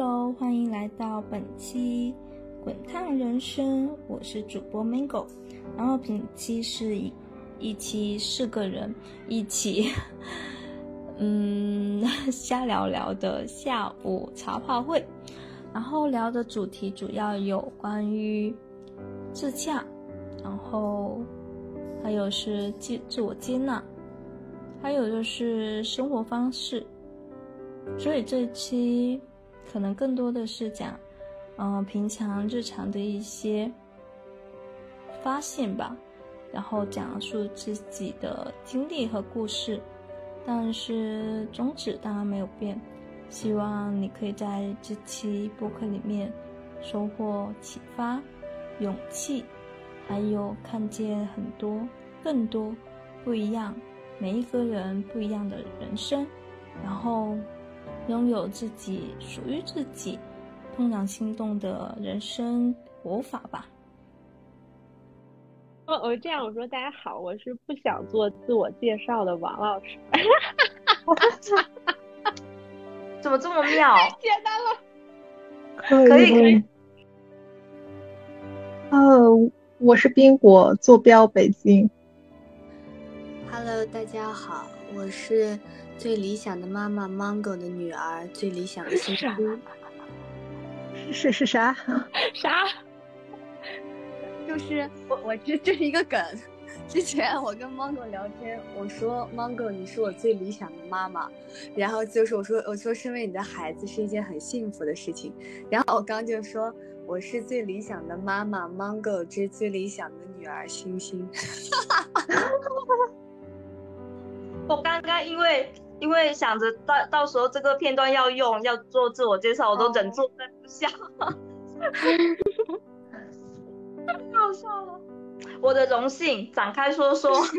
Hello， 欢迎来到本期滚烫人生，我是主播 Mango。然后本期是一期4个人一起瞎聊聊的下午茶话会。然后聊的主题主要有关于自洽，然后还有是自我接纳，还有就是生活方式。所以这一期可能更多的是讲平常日常的一些发现吧，然后讲述自己的经历和故事，但是宗旨当然没有变，希望你可以在这期播客里面收获启发、勇气，还有看见更多不一样，每一个人不一样的人生，然后拥有自己属于自己怦然心动的人生活法吧。 我这样我说大家好，我是不想做自我介绍的王老师。 怎么这么妙？ 简单了。 可以。 我是冰果，坐标北京。 Hello， 大家好，我是最理想的妈妈 Mango 的女儿，最理想的星星。 是啥？ 啥？ 就是我这是一个梗。之前我跟 Mango 聊天，我说 Mango 你是我最理想的妈妈，然后就是我说身为你的孩子是一件很幸福的事情，然后我刚就说我是最理想的妈妈 Mango 之最理想的女儿星星。 我刚刚因为想着到时候这个片段要做自我介绍，我都忍住在不笑。太好笑了，我的荣幸，展开说说。 我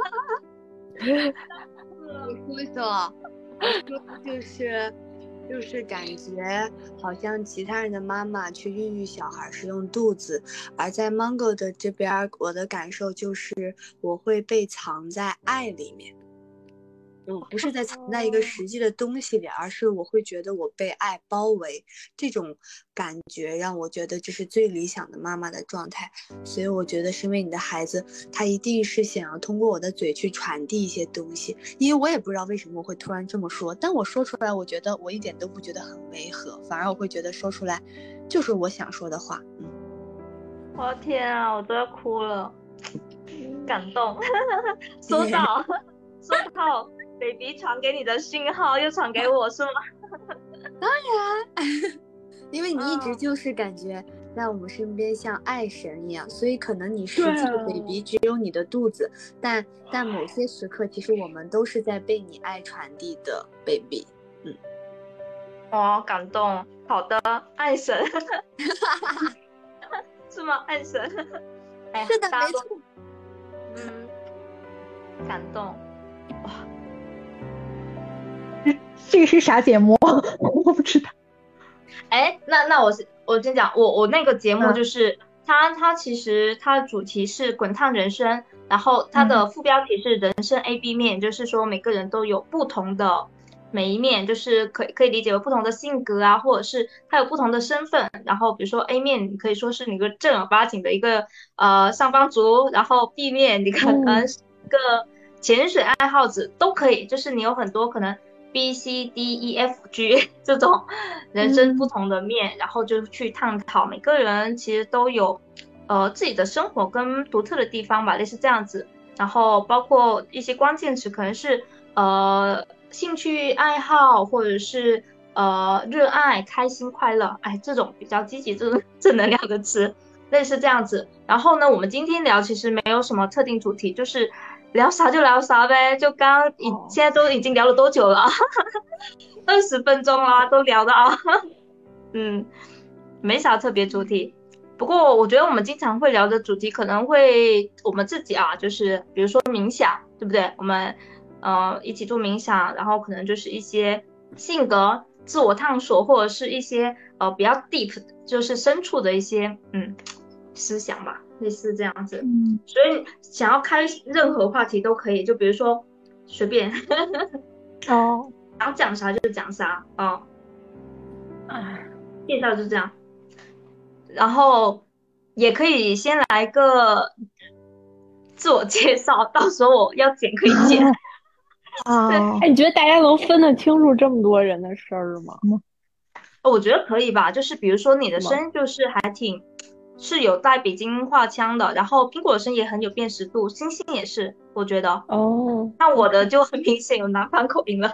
说就是感觉好像其他人的妈妈去孕育小孩是用肚子，而在 Mango 的这边，我的感受就是我会被藏在爱里面。我不是在藏在一个实际的东西里，而是我会觉得我被爱包围，这种感觉让我觉得这是最理想的妈妈的状态。所以我觉得身为你的孩子，他一定是想要通过我的嘴去传递一些东西，因为我也不知道为什么我会突然这么说，但我说出来我觉得我一点都不觉得很违和，反而我会觉得说出来就是我想说的话。 我的天啊，我都要哭了，感动。说到baby 传给你的信号又传给我是吗？ 当然。因为你一直就是感觉在我们身边像爱神一样，所以可能你实际的 baby 只有你的肚子，但某些时刻其实我们都是在被你爱传递的 baby。 感动。好的，爱神。是吗？爱神。 是的，没错。 感动。哇， 这个是啥节目？我不知道。 那我先讲，我那个节目就是它其实它的主题是滚烫人生，然后它的副标题是人生 A B 面，就是说每个人都有不同的每一面，就是可以理解为不同的性格啊，或者是他有不同的身份。然后比如说 A 面你可以说是你个正儿八经的一个上班族，然后 B 面你可能是一个潜水爱好者，都可以，就是你有很多可能B C D E F G 这种人生不同的面，然后就去探讨每个人其实都有自己的生活跟独特的地方吧，类似这样子。然后包括一些关键词可能是兴趣爱好，或者是热爱、开心、快乐，这种比较积极正能量的词，类似这样子。然后呢，我们今天聊其实没有什么特定主题，就是聊啥就聊啥呗。就现在都已经聊了多久了？20分钟啦，都聊的啊。没啥特别主题。不过我觉得我们经常会聊的主题可能会我们自己就是比如说冥想，对不对？我们一起做冥想，然后可能就是一些性格自我探索，或者是一些比较 deep 就是深处的一些思想吧，类似这样子。所以想要开任何话题都可以，就比如说随便想讲啥就讲啥。 介绍就这样，然后也可以先来个自我介绍，到时候我要剪可以剪。对， 啊， 哎，你觉得大家能分得清楚这么多人的事儿吗？ 我觉得可以吧，就是比如说你的是吗？ 声就是还挺是有带北京话腔的，然后苹果的声也很有辨识度，星星也是，我觉得。 哦， 那我的就很明显有南方口音了，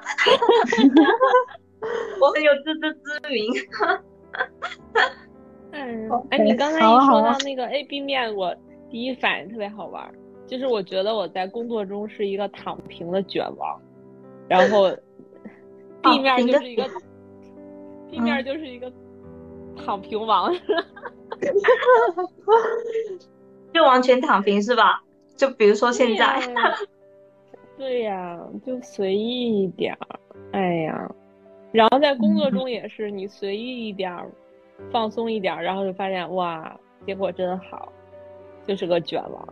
我很有自知之明。 哎，你刚才一好啊好啊说到那个 A B 面，我第一反应特别好玩儿，就是我觉得我在工作中是一个躺平的卷王，然后 B 面平的就是一个 B 面就是一个躺平王， 就完全躺平是吧？就比如说现在， 对呀，就随意一点儿，哎呀，然后在工作中也是，你随意一点儿，放松一点儿，然后就发现哇，结果真好，就是个卷王。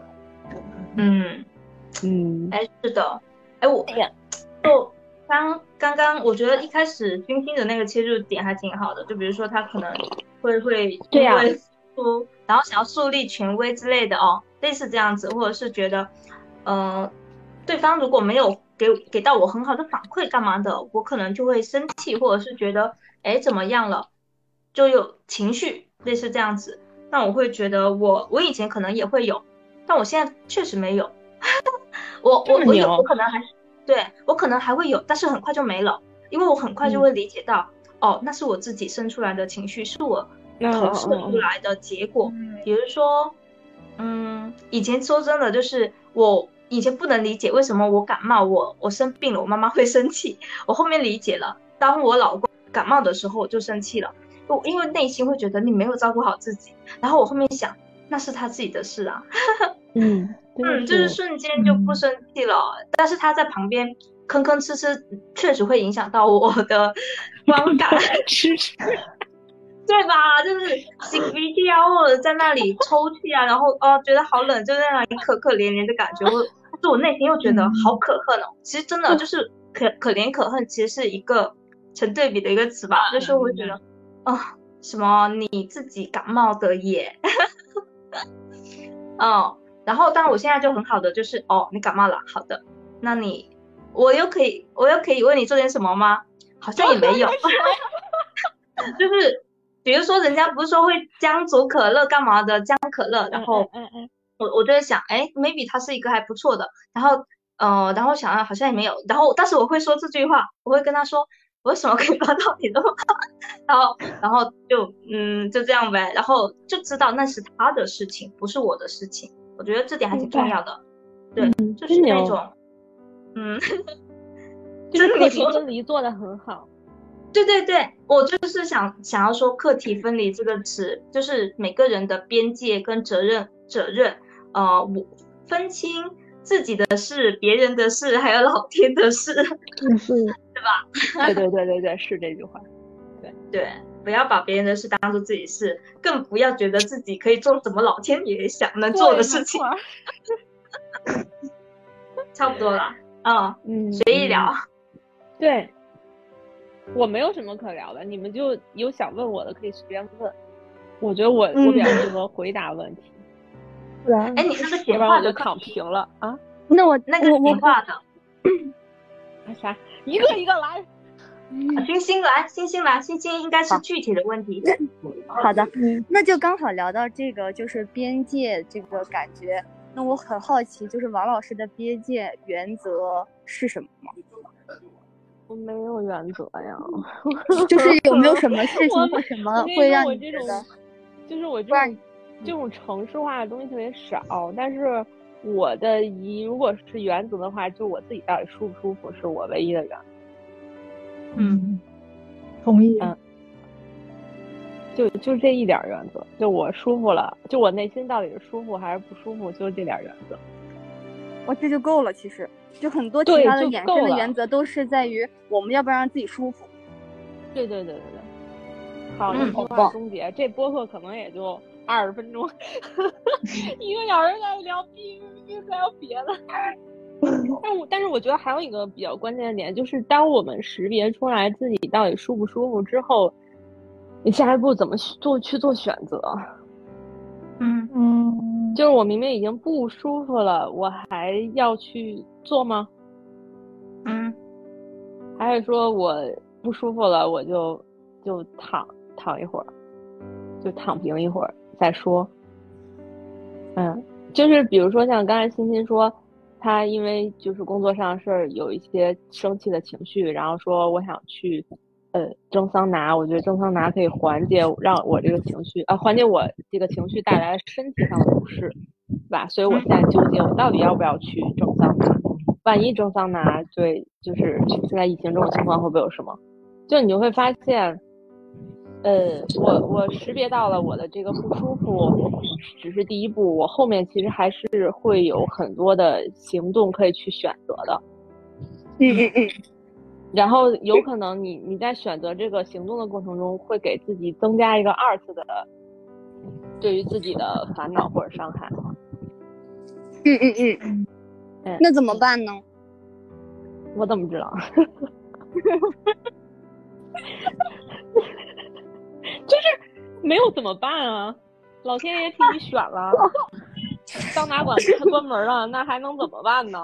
哎，是的，哎， 哎呀， 就刚刚，我觉得一开始君心的那个切入点还挺好的，就比如说他可能会对呀因为然后想要树立权威之类的哦，类似这样子，或者是觉得，对方如果没有给到我很好的反馈干嘛的，我可能就会生气，或者是觉得，哎，怎么样了，就有情绪，类似这样子。那我会觉得我以前可能也会有，但我现在确实没有。 这么我有，我牛， 可能还是对我可能还会有，但是很快就没了，因为我很快就嗯， 会理解到，哦，那是我自己生出来的情绪，是我投射出来的结果。比如说，以前说真的，就是我以前不能理解为什么我感冒，我生病了，我妈妈会生气，我后面理解了，当我老公感冒的时候我就生气了，因为内心会觉得你没有照顾好自己，然后我后面想，那是他自己的事啊。 真的就是是， 瞬间就不生气了，但是他在旁边吭吭哧哧，确实会影响到我的观感， 是， 对吧？就是擤鼻涕啊，或者在那里抽泣啊，然后觉得好冷，就在那里可可怜怜的感觉，但是我内心又觉得好可恨哦。其实真的就是可怜可恨，其实是一个成对比的一个词吧，就是我会觉得什么你自己感冒的也，然后当然我现在就很好的就是你感冒了，好的，那我又可以为你做点什么吗？好像也没有，就是比如说人家不是说会姜煮可乐干嘛的，姜可乐，然后我就会想，哎，maybe 它是一个还不错的，然后想好像也没有，然后但是我会说这句话，我会跟他说，我为什么可以帮到你的吗？然后就这样呗，然后就知道那是他的事情，不是我的事情，我觉得这点还挺重要的。对，就是真牛， 那种， 就是课题真牛。 分离做得很好。 对对对，我就是想要说课题分离这个词，就是每个人的边界跟责任，我分清自己的事、别人的事，还有老天的事， 是对吧？ 对，是这句话。 对，不要把别人的事当做自己事，更不要觉得自己可以做什么老天爷想能做的事情。差不多了，随意聊。 对，我没有什么可聊的，你们就有想问我的可以随便问。我觉得我比较适合回答问题， 哎，你那个要不然简化的我就躺平了啊。 那我那个简化的， 啥？一个一个来。 星星来，星星来，星星应该是具体的问题。 好的，那就刚好聊到这个，就是边界这个感觉。那我很好奇，就是王老师的边界原则是什么吗？ 我没有原则呀， 就是有没有什么事情或什么会让你觉得， 就是我这种程式化的东西特别少，但是我的如果是原则的话，就我自己到底舒不舒服是我唯一的原则。 同意。 就这一点原则，就我舒服了，就我内心到底是舒服还是不舒服，就这点原则。 这就够了。其实就很多其他的衍生的原则都是在于我们要不要让自己舒服。 对。好，那句话终结，这播客可能也就20分钟，1个小时在聊别的。但是我觉得还有一个比较关键的点，就是当我们识别出来自己到底舒不舒服之后， 你下一步怎么去做选择？就是我明明已经不舒服了，我还要去做吗？还是说我不舒服了，我就躺一会儿，就躺平一会儿再说。就是比如说像刚才欣欣说，他因为就是工作上的事儿有一些生气的情绪，然后说我想去蒸桑拿，我觉得蒸桑拿可以缓解让我这个情绪缓解我这个情绪带来的身体上的不适，对吧？所以我现在纠结我到底要不要去蒸桑拿，万一蒸桑拿对就是现在疫情这种情况会不会有什么，就你就会发现我识别到了我的这个不舒服只是第一步，我后面其实还是会有很多的行动可以去选择的。然后有可能你在选择这个行动的过程中，会给自己增加一个2次的对于自己的烦恼或者伤害。 那怎么办呢？ 我怎么知道？就是没有怎么办啊？老天爷替你选了，桑拿馆它关门了，那还能怎么办呢？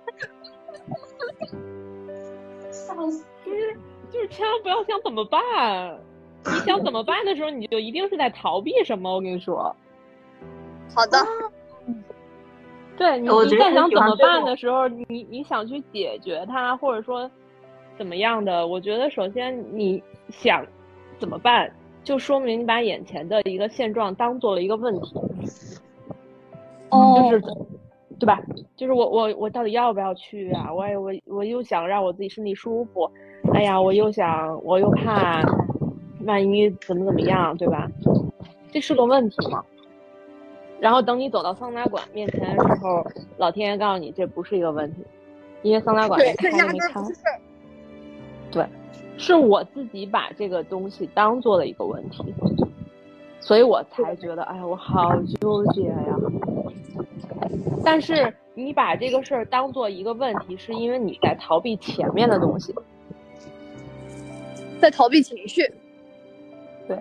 就是千万不要想怎么办，你想怎么办的时候，你就一定是在逃避什么。我跟你说， 好的， 对你在想怎么办的时候，你想去解决它，或者说怎么样的，我觉得首先你想怎么办，就说明你把眼前的一个现状当做了一个问题。就是对吧？就是我到底要不要去啊？我又想让我自己身体舒服，哎呀，我又怕万一怎么样，对吧？这是个问题嘛。然后等你走到桑拿馆面前的时候，老天爷告诉你这不是一个问题，因为桑拿馆连开都没开。对，是我自己把这个东西当做了一个问题，所以我才觉得，哎呀，我好纠结呀。但是你把这个事儿当做一个问题，是因为你在逃避前面的东西， 在逃避情绪。 对，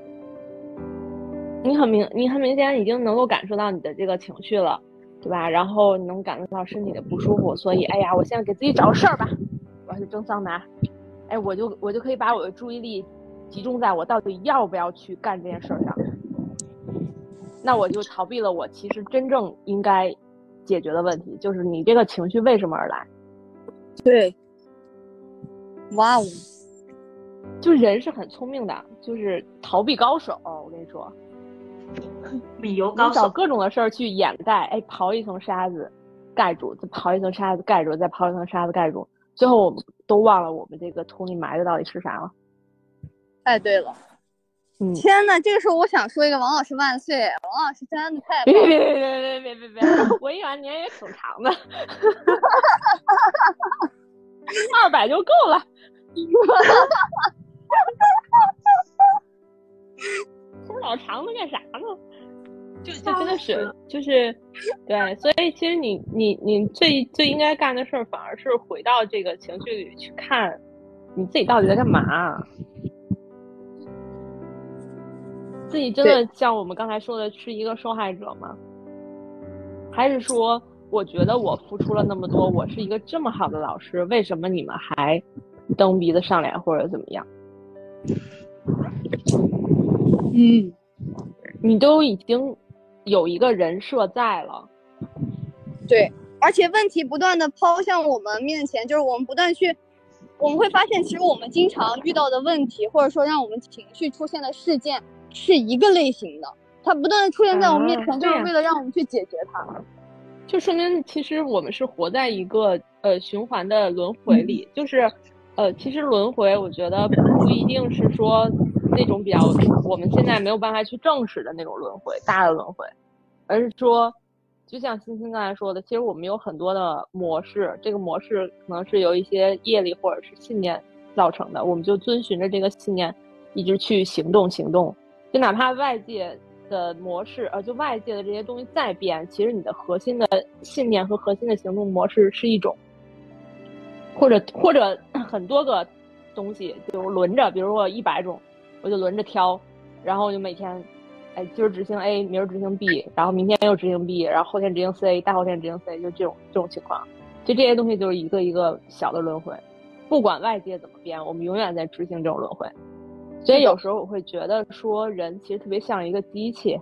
你很明显已经能够感受到你的这个情绪了，对吧？然后你能感受到身体的不舒服，所以哎呀，我现在给自己找个事儿吧，我要去蒸桑拿，哎，我就可以把我的注意力集中在我到底要不要去干这件事上，那我就逃避了我其实真正应该解决的问题，就是你这个情绪为什么而来。 对，哇哦， 就人是很聪明的，就是逃避高手，我跟你说， 理由高手， 找各种的事儿去掩盖，哎，刨一层沙子盖住，再刨一层沙子盖住，再刨一层沙子盖住，最后我们都忘了我们这个土里埋的到底是啥了。 太对了。天哪，这个时候我想说一个王老师万岁，王老师真的太棒了。 别，我一完年也挺长的，200就够了。说老长的干啥呢？就真的是就是对，所以其实你最应该干的事儿，反而是回到这个情绪里去看你自己到底在干嘛。自己真的像我们刚才说的是一个受害者吗？还是说我觉得我付出了那么多，我是一个这么好的老师，为什么你们还蹬鼻子上脸或者怎么样？你都已经有一个人设在了。 对，而且问题不断的抛向我们面前，就是我们不断去，我们会发现其实我们经常遇到的问题，或者说让我们情绪出现的事件是一个类型的，它不断的出现在我们面前，就是为了让我们去解决它。 就说明其实我们是活在一个循环的轮回里，就是其实轮回我觉得不一定是说那种比较我们现在没有办法去证实的那种轮回，大的轮回，而是说就像欣欣刚才说的，其实我们有很多的模式，这个模式可能是由一些业力或者是信念造成的，我们就遵循着这个信念一直去行动，就哪怕外界的模式就外界的这些东西再变，其实你的核心的信念和核心的行动模式是一种，或者很多个东西就轮着，比如说100种我就轮着挑，然后我就每天，今儿执行 A， 明儿执行 B， 然后明天又执行 B， 然后后天执行 C， 大后天执行 C， 就这种情况。就这些东西就是一个一个小的轮回，不管外界怎么变，我们永远在执行这种轮回。所以有时候我会觉得说，人其实特别像一个机器，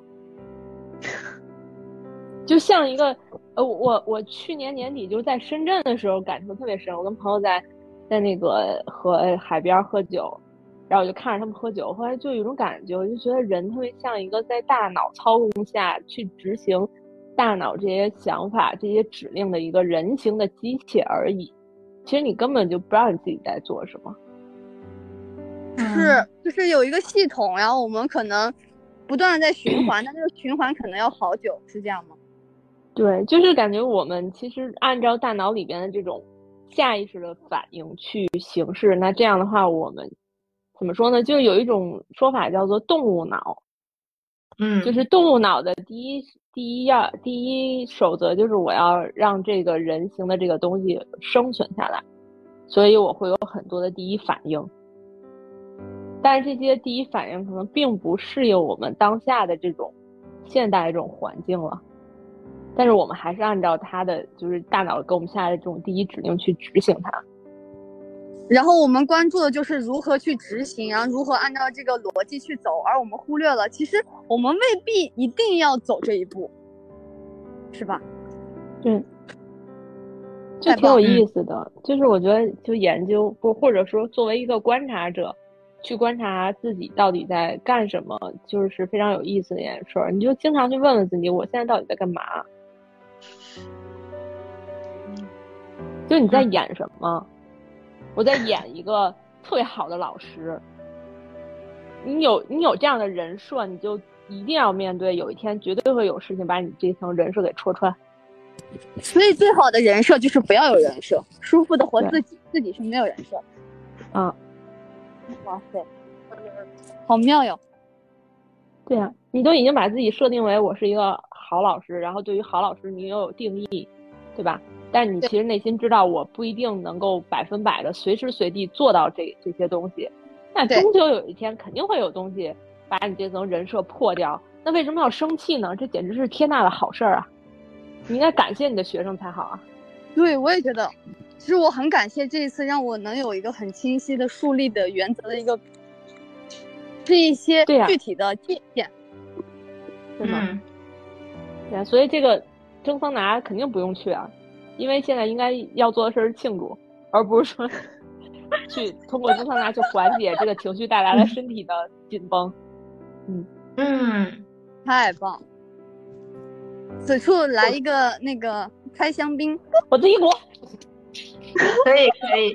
就像一个我去年年底就在深圳的时候感受特别深，我跟朋友在那个海边喝酒，然后我就看着他们喝酒，后来就有一种感觉，我就觉得人特别像一个在大脑操控下去执行大脑这些想法这些指令的一个人形的机器而已，其实你根本就不知道你自己在做什么。 就是有一个系统，然后我们可能不断的在循环，但这个循环可能要好久，是这样吗？ 对，就是感觉我们其实按照大脑里边的这种下意识的反应去行事，那这样的话我们怎么说呢，就有一种说法叫做动物脑。就是动物脑的第一守则就是我要让这个人形的这个东西生存下来，所以我会有很多的第一反应，但是这些第一反应可能并不适应我们当下的这种现代这种环境了，但是我们还是按照它的就是大脑给我们下来的这种第一指令去执行它。 然后我们关注的就是如何去执行，然后如何按照这个逻辑去走，而我们忽略了其实我们未必一定要走这一步，是吧？ 对，就挺有意思的。就是我觉得就研究或者说作为一个观察者去观察自己到底在干什么，就是非常有意思的一件事儿。你就经常去问问自己，我现在到底在干嘛？就你在演什么？我在演一个特别好的老师。你有这样的人设，你就一定要面对，有一天绝对会有事情把你这层人设给戳穿。 所以最好的人设就是不要有人设，舒服的活自己，自己是没有人设。哇塞，好妙哟！ 对呀，你都已经把自己设定为我是一个好老师，然后对于好老师你又有定义，对吧？但你其实内心知道，我不一定能够100%的随时随地做到这些东西。那终究有一天肯定会有东西把你这层人设破掉。那为什么要生气呢？这简直是天大的好事儿啊！你应该感谢你的学生才好啊。 对，我也觉得，其实我很感谢这一次让我能有一个很清晰的树立的原则的一个这一些具体的界限， 对吗？对啊，所以这个蒸桑拿肯定不用去啊。因为现在应该要做的事是庆祝，而不是说去通过蒸桑拿去缓解这个情绪带来的身体的紧绷。 太棒！此处来一个那个开香槟， 我自己鼓。 可以。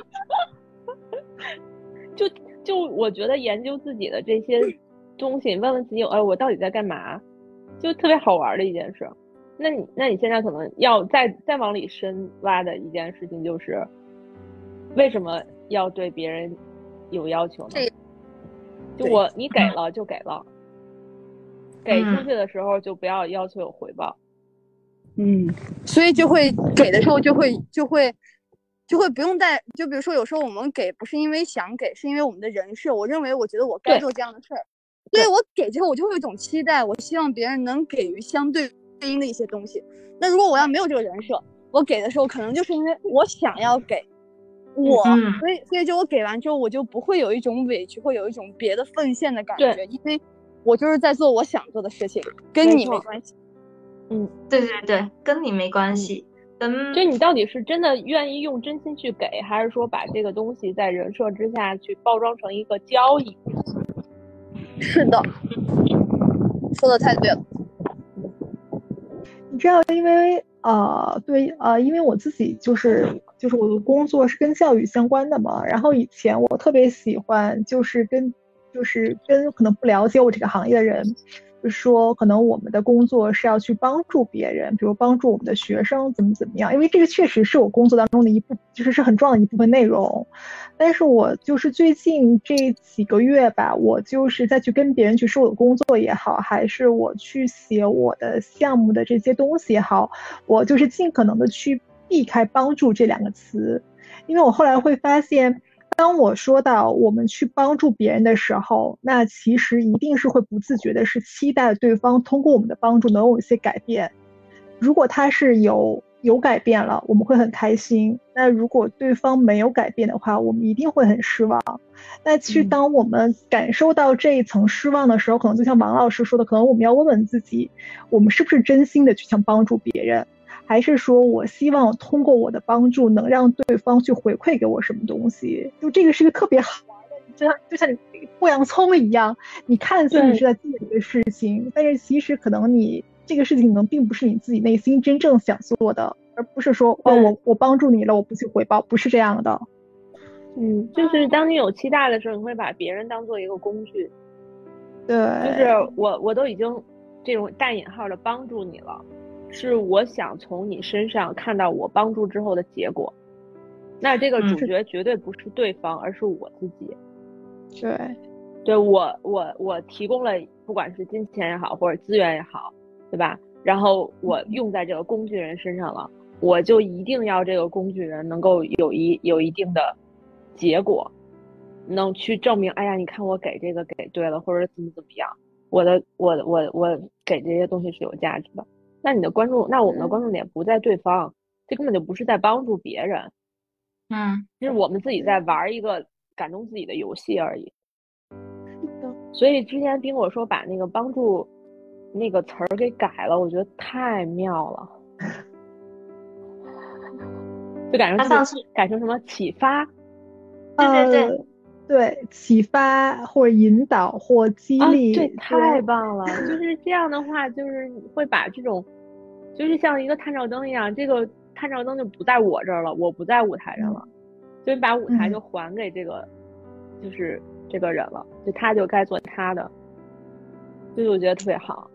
就我觉得研究自己的这些东西，问问自己，我到底在干嘛，就特别好玩的一件事。那你现在可能要再往里深挖的一件事情就是，为什么要对别人有要求呢？就你给了就给了，给出去的时候就不要要求有回报。 所以就会给的时候就会不用带，就比如说有时候我们给不是因为想给，是因为我们的人设，我觉得我该做这样的事儿，所以我给之后我就会有一种期待，我希望别人能给予相对应的一些东西。那如果我要没有这个人设，我给的时候可能就是因为我想要给所以就我给完之后我就不会有一种委屈，会有一种别的奉献的感觉，因为我就是在做我想做的事情，跟你没关系。 对，跟你没关系。 就你到底是真的愿意用真心去给，还是说把这个东西在人设之下去包装成一个交易？ 是的，说的太对了。 你知道，因为因为我自己就是我的工作是跟教育相关的嘛，然后以前我特别喜欢就是跟可能不了解我这个行业的人，就是说可能我们的工作是要去帮助别人，比如帮助我们的学生怎么样，因为这个确实是我工作当中的一部分，是很重要的一部分内容。但是我就是最近这几个月吧，我就是再去跟别人去说我的工作也好，还是我去写我的项目的这些东西也好，我就是尽可能的去避开帮助这两个词。因为我后来会发现当我说到我们去帮助别人的时候，那其实一定是会不自觉的是期待对方通过我们的帮助能有一些改变。如果他是有改变了，我们会很开心。那如果对方没有改变的话，我们一定会很失望。那其实当我们感受到这一层失望的时候，可能就像王老师说的，可能我们要问问自己，我们是不是真心的去想帮助别人，还是说我希望通过我的帮助能让对方去回馈给我什么东西。就这个是一个特别好玩的，就像你剥洋葱一样，你看似你是在做一个事情，但是其实可能你这个事情可能并不是你自己内心真正想做的，而不是说我帮助你了，我不去回报，不是这样的。 就是当你有期待的时候，你会把别人当做一个工具。 对， 就是我都已经这种带引号的帮助你了，是我想从你身上看到我帮助之后的结果。那这个主角绝对不是对方，而是我自己。对，我提供了不管是金钱也好，或者资源也好，对吧？然后我用在这个工具人身上了，我就一定要这个工具人能够有一定的结果，能去证明，哎呀，你看我给这个给对了，或者怎么样，我给这些东西是有价值的。那我们的关注点不在对方，这根本就不是在帮助别人，就是我们自己在玩一个感动自己的游戏而已。所以之前冰果说把那个帮助那个词儿给改了，我觉得太妙了，就改成什么启发。 对，启发或者引导或激励， 对，太棒了。就是这样的话，就是会把这种，就是像一个探照灯一样，这个探照灯就不在我这儿了，我不在舞台上了，所以把舞台就还给这个，就是这个人了，就他就该做他的，所以我觉得特别好。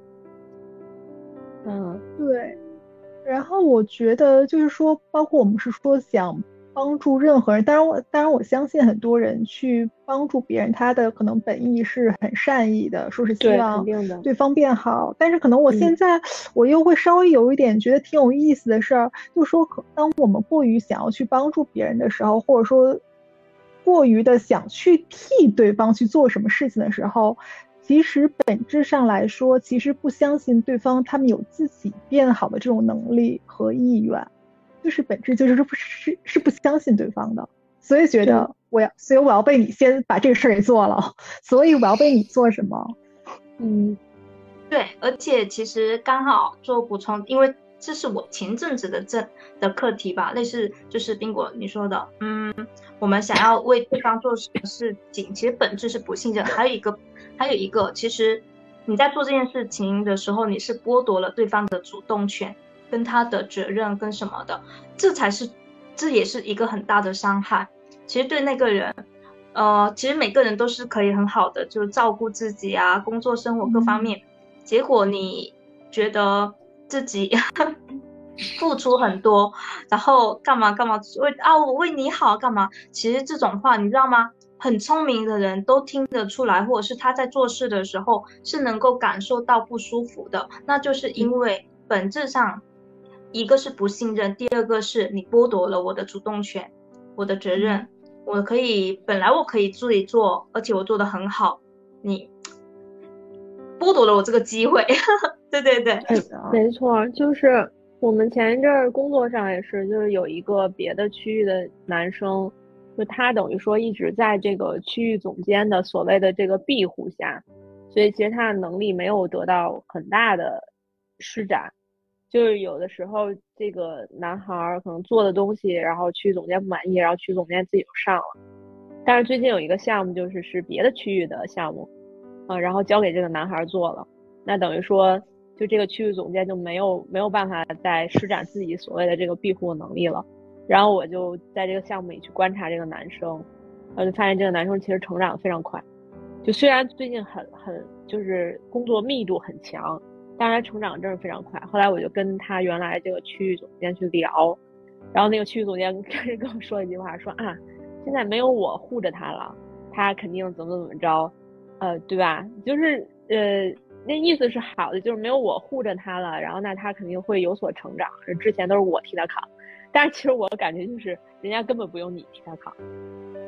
对。然后我觉得就是说，包括我们是说想帮助任何人，当然我相信很多人去帮助别人，他的可能本意是很善意的，说是希望对方变好。但是可能我现在我又会稍微有一点觉得挺有意思的事儿，就是说当我们过于想要去帮助别人的时候，或者说过于的想去替对方去做什么事情的时候，其实本质上来说，其实不相信对方他们有自己变好的这种能力和意愿，就是本质就是是不相信对方的，所以觉得所以我要被你先把这个事儿给做了，所以我要被你做什么？ 对，而且其实刚好做补充，因为这是我前阵子的课题吧，类似就是冰果你说的，我们想要为对方做什么事情，其实本质是不信任。还有一个，其实你在做这件事情的时候，你是剥夺了对方的主动权跟他的责任跟什么的，这也是一个很大的伤害。其实对那个人，其实每个人都是可以很好的就照顾自己啊，工作生活各方面，结果你觉得自己付出很多，然后干嘛我为你好干嘛？其实这种话你知道吗？很聪明的人都听得出来，或者是他在做事的时候是能够感受到不舒服的，那就是因为本质上一个是不信任，第二个是你剥夺了我的主动权，我的责任，本来我可以自己做，而且我做得很好，你剥夺了我这个机会。对， 没错，就是我们前一阵儿工作上也是，就是有一个别的区域的男生，就他等于说一直在这个区域总监的所谓的这个庇护下，所以其实他的能力没有得到很大的施展。就是有的时候这个男孩可能做的东西，然后区域总监不满意，然后区域总监自己就上了。但是最近有一个项目是别的区域的项目，然后交给这个男孩做了，那等于说就这个区域总监就没有办法再施展自己所谓的这个庇护的能力了。然后我就在这个项目里去观察这个男生，就发现这个男生其实成长非常快，就虽然最近很就是工作密度很强，但是他成长真是非常快。后来我就跟他原来这个区域总监去聊，然后那个区域总监跟我说一句话，说现在没有我护着他了，他肯定怎么着，对吧？就是那意思是好的，就是没有我护着他了，然后那他肯定会有所成长，之前都是我替他扛。但是其实我感觉就是人家根本不用你替他扛，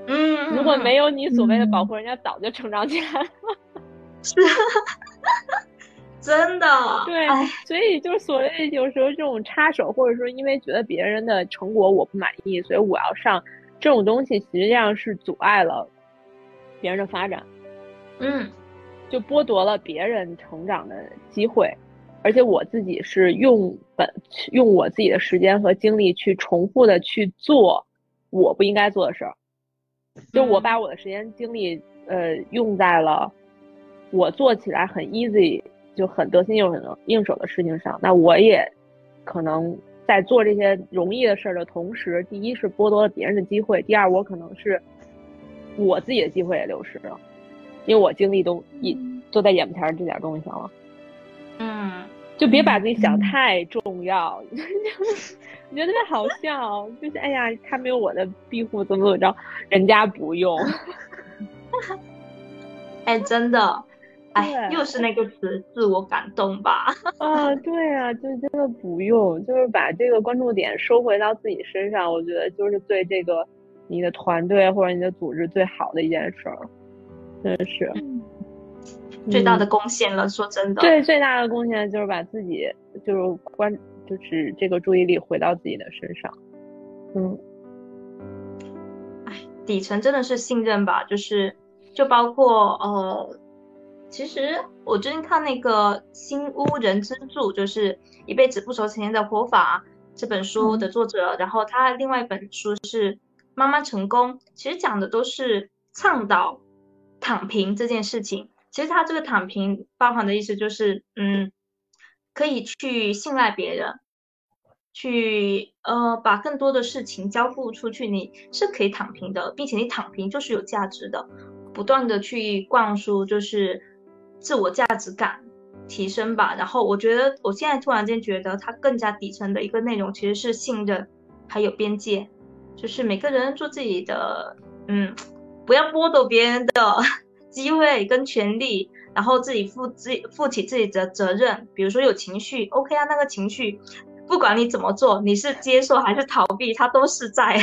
嗯， 如果没有你所谓的保嗯护，人家早就成长起来了。 是真的， 对， 哎， 所以就是所谓有时候这种插手，或者说因为觉得别人的成果我不满意，所以我要上这种东西，实际上是阻碍了别人的发展，就剥夺了别人成长的机会。而且我自己是用我自己的时间和精力去重复的去做我不应该做的事儿，就我把我的时间精力用在了我做起来很 easy 就很得心应手的事情上，那我也可能在做这些容易的事儿的同时，第一是剥夺了别人的机会，第二我可能是我自己的机会也流失了，因为我精力都在眼巴前这点东西上了。就别把自己想太重要，我觉得特别好笑，就是哎呀，他没有我的庇护怎么着，人家不用。 哎，真的，哎，又是那个词，自我感动吧。 对啊，就真的不用，就是把这个关注点收回到自己身上，我觉得就是对这个你的团队或者你的组织最好的一件事儿，真的是。 最大的贡献了，说真的。 对，最大的贡献就是把自己就是这个注意力回到自己的身上。 底层真的是信任吧，就包括其实我最近看那个新屋人之助，就是一辈子不愁钱的活法这本书的作者，然后他另外一本书是妈妈成功，其实讲的都是倡导躺平这件事情。其实他这个躺平包含的意思就是可以去信赖别人，去把更多的事情交付出去，你是可以躺平的，并且你躺平就是有价值的，不断的去灌输就是自我价值感提升吧。然后我觉得我现在突然间觉得它更加底层的一个内容其实是信任还有边界，就是每个人做自己的，不要剥夺别人的机会跟权利，然后自己负起自己的责任。比如说有情绪 OK 啊，那个情绪不管你怎么做，你是接受还是逃避，它都是在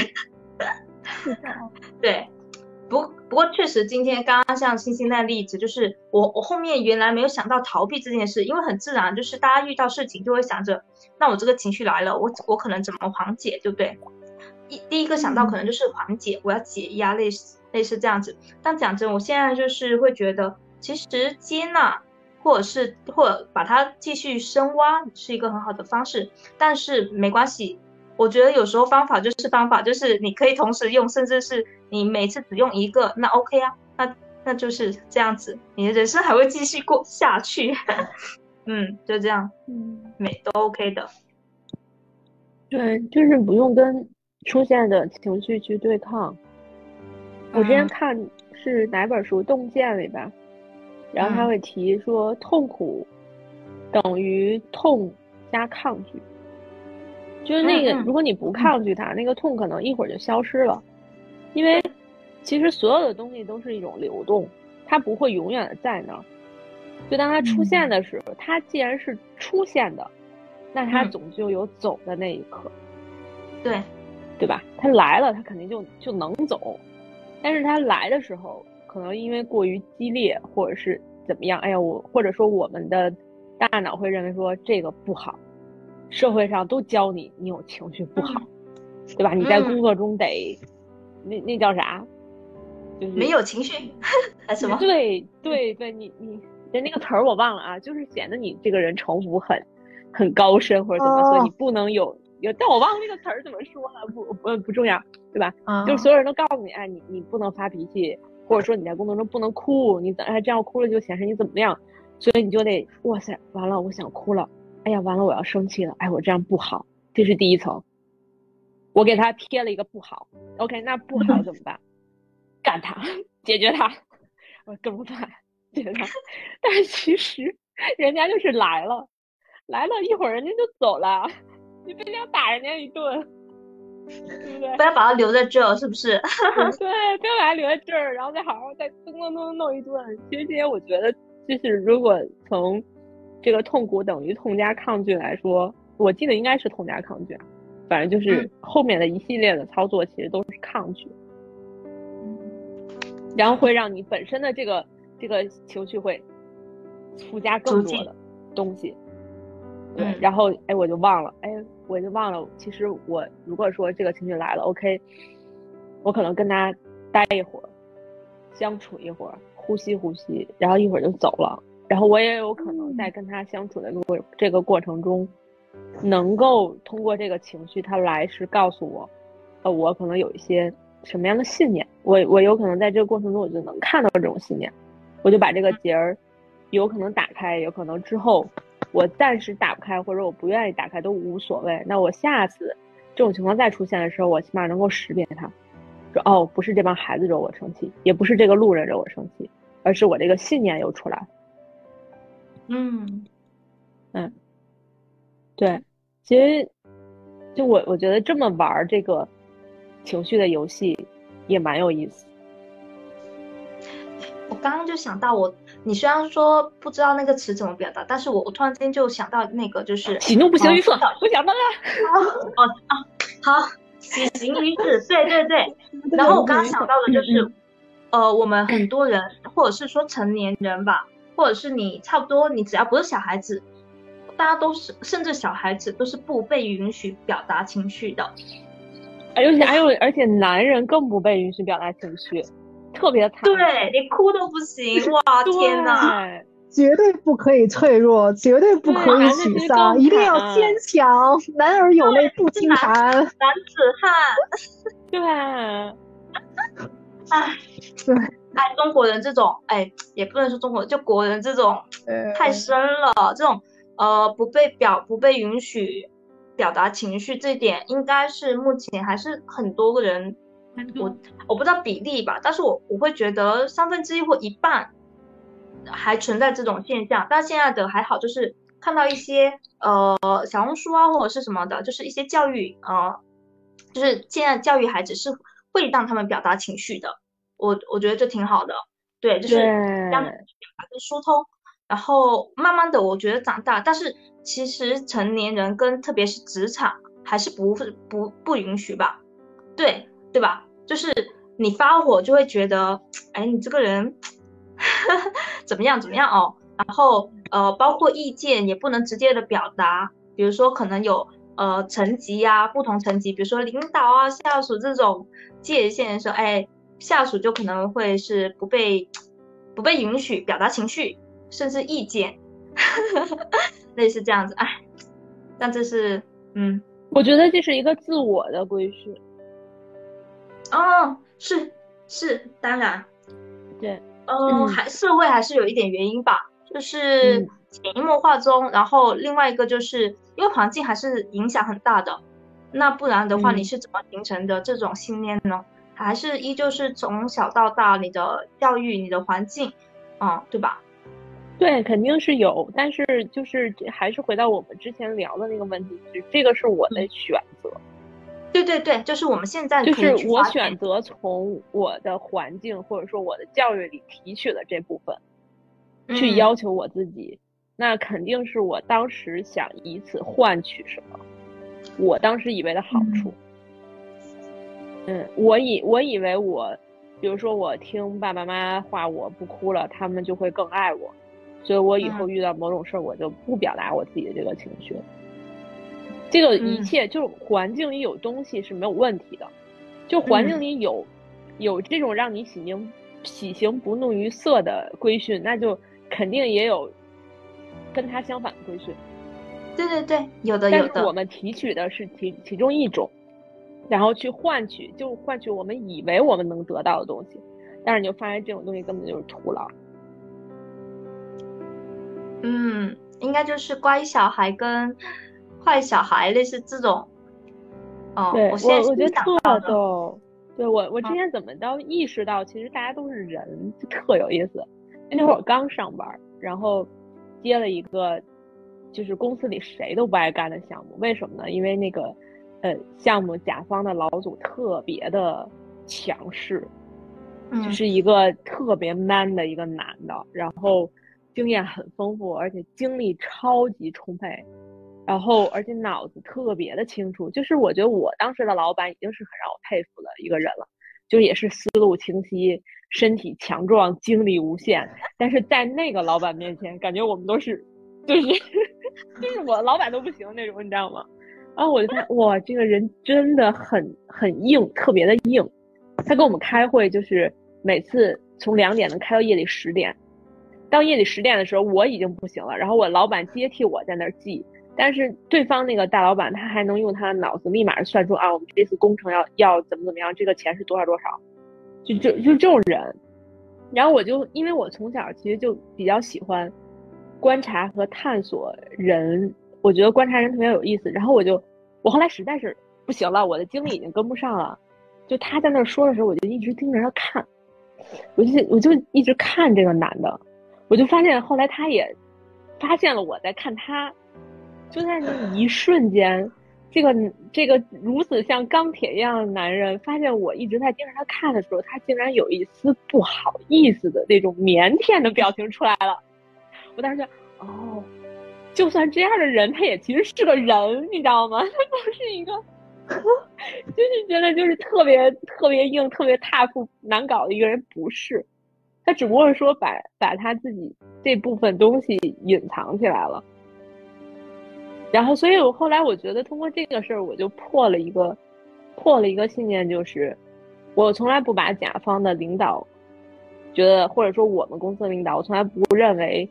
对。不过确实今天刚刚像星星那例子，就是我后面原来没有想到逃避这件事，因为很自然就是大家遇到事情就会想着，那我这个情绪来了，我可能怎么缓解，对不对？第一个想到可能就是缓解，我要解压，类似这样子。但讲真，我现在就是会觉得，其实接纳或者把它继续深挖是一个很好的方式，但是没关系。我觉得有时候方法就是方法，就是你可以同时用，甚至是你每次只用一个，那 OK 啊，那就是这样子，你的人生还会继续过下去。就这样，都 OK 的。 对，就是不用跟出现的情绪去对抗。我之前看是哪本书《洞见》里吧，然后他会提说痛苦等于痛加抗拒，就是那个如果你不抗拒它，那个痛可能一会儿就消失了，因为其实所有的东西都是一种流动，它不会永远的在那儿。就当它出现的时候，它既然是出现的，那它总就有走的那一刻，对吧？它来了，它肯定就能走，但是它来的时候，可能因为过于激烈，或者是怎么样，哎呀，或者说我们的大脑会认为说这个不好，社会上都教你有情绪不好，对吧？你在工作中得那叫啥？就是没有情绪还是什么？ 对，你那个词儿我忘了啊，就是显得你这个人城府很高深或者怎么说，你不能有，但我忘了那个词儿怎么说了，不重要，对吧？就是所有人都告诉你，哎，你不能发脾气，或者说你在工作中不能哭，你这样哭了就显示你怎么样，所以你就得哇塞，完了我想哭了，哎呀完了我要生气了，哎我这样不好，这是第一层，我给他贴了一个不好 ，OK， 那不好怎么办？干他，解决他，我更不办，解决他。但是其实人家就是来了一会儿人家就走了，你非得要打人家一顿，对不对？ 不要把他留在这儿，是不是？ 对，不要把他留在这儿，然后再好好再弄一顿。其实这些我觉得就是如果从这个痛苦等于痛加抗拒来说，我记得应该是痛加抗拒，反正就是后面的一系列的操作其实都是抗拒。 然后会让你本身的这个情绪会附加更多的东西。对，然后我就忘了，其实我如果说这个情绪来了 ，OK， 我可能跟他待一会儿，相处一会儿，呼吸呼吸，然后一会儿就走了。然后我也有可能在跟他相处的这个过程中，能够通过这个情绪他来是告诉我，我可能有一些什么样的信念，我有可能在这个过程中我就能看到这种信念，我就把这个结儿有可能打开，有可能之后我暂时打不开，或者我不愿意打开都无所谓。那我下次这种情况再出现的时候，我起码能够识别它，说哦，不是这帮孩子惹我生气，也不是这个路人惹我生气，而是我这个信念又出来。对，其实就我觉得这么玩这个情绪的游戏也蛮有意思。 我刚刚就想到你虽然说不知道那个词怎么表达，但是我突然间就想到那个就是喜怒不形于色，我想到了。 好，喜形于色，对。然后我刚刚想到的就是，我们很多人，或者是说成年人吧，或者是你差不多，你只要不是小孩子，大家都是，甚至小孩子都是不被允许表达情绪的。 而且男人更不被允许表达情绪，特别惨。 对，你哭都不行，哇，天哪！ 绝对不可以脆弱，绝对不可以沮丧，一定要坚强。男儿有泪不轻弹， 男子汉。 对， 中国人这种，也不能说中国人，就国人这种太深了，这种不被允许表达情绪，这一点应该是目前还是很多个人，我不知道比例吧，但是我会觉得1/3或一半还存在这种现象。但现在的还好，就是看到一些小红书啊或者是什么的，就是一些教育就是现在教育孩子是会让他们表达情绪的，我觉得这挺好的。对，就是让表达跟疏通，然后慢慢的我觉得长大，但是其实成年人跟特别是职场还是不允许吧，对吧？就是你发火就会觉得你这个人怎么样哦，然后包括意见也不能直接的表达，比如说可能有层级啊，不同层级，比如说领导啊下属这种界限的时候，下属就可能会是不被允许表达情绪甚至意见类似这样子。但这是我觉得这是一个自我的规训。 是当然对， 社会还是有一点原因吧，就是潜移默化中，然后另外一个就是因为环境还是影响很大的，那不然的话你是怎么形成的这种信念呢？还是依旧是从小到大你的教育你的环境对吧？ 对，肯定是有，但是就是还是回到我们之前聊的那个问题，这个是我的选择。 对，就是我们现在就是我选择从我的环境或者说我的教育里提取的这部分去要求我自己，那肯定是我当时想以此换取什么，我当时以为的好处。我以为我比如说我听爸爸妈妈话我不哭了，他们就会更爱我，所以我以后遇到某种事我就不表达我自己的这个情绪。这个一切就是环境里有东西是没有问题的，就环境里有这种让你喜形不怒于色的规训，那就肯定也有跟它相反的规训。 对，有的。 但是我们提取的是其中一种，然后去换取我们以为我们能得到的东西，但是你就发现这种东西根本就是徒劳。 应该就是乖小孩跟坏小孩类似这种。 对， 我觉得特逗。对，我之前怎么都意识到其实大家都是人，就特有意思。那会儿我刚上班，然后接了一个就是公司里谁都不爱干的项目。为什么呢？因为那个项目甲方的老总特别的强势，就是一个特别 man 的一个男的，然后经验很丰富，而且精力超级充沛，然后而且脑子特别的清楚。就是我觉得我当时的老板已经是很让我佩服的一个人了， 就也是思路清晰、身体强壮、精力无限。但是在那个老板面前，感觉我们都是就是我老板都不行那种，你知道吗？然后我就发现哇，这个人真的很硬，特别的硬。他跟我们开会就是每次从2点能开到夜里10点，到夜里10点的时候我已经不行了，然后我老板接替我在那儿记，但是对方那个大老板他还能用他的脑子立马算出啊，我们这次工程要怎么样，这个钱是多少多少，就这种人。然后我就因为我从小其实就比较喜欢观察和探索人，我觉得观察人特别有意思。然后我后来实在是不行了，我的精力已经跟不上了，就他在那说的时候，我就一直盯着他看，我就一直看这个男的，我就发现后来他也发现了我在看他，就在那一瞬间，这个如此像钢铁一样的男人发现我一直在盯着他看的时候，他竟然有一丝不好意思的那种腼腆的表情出来了。我当时就哦，就算这样的人他也其实是个人，你知道吗？他不是一个就是觉得就是特别特别硬特别tough难搞的一个人，不是，他只不过是说把他自己这部分东西隐藏起来了。然后所以我后来我觉得通过这个事儿我就破了一个信念，就是我从来不把甲方的领导觉得，或者说我们公司的领导，我从来不认为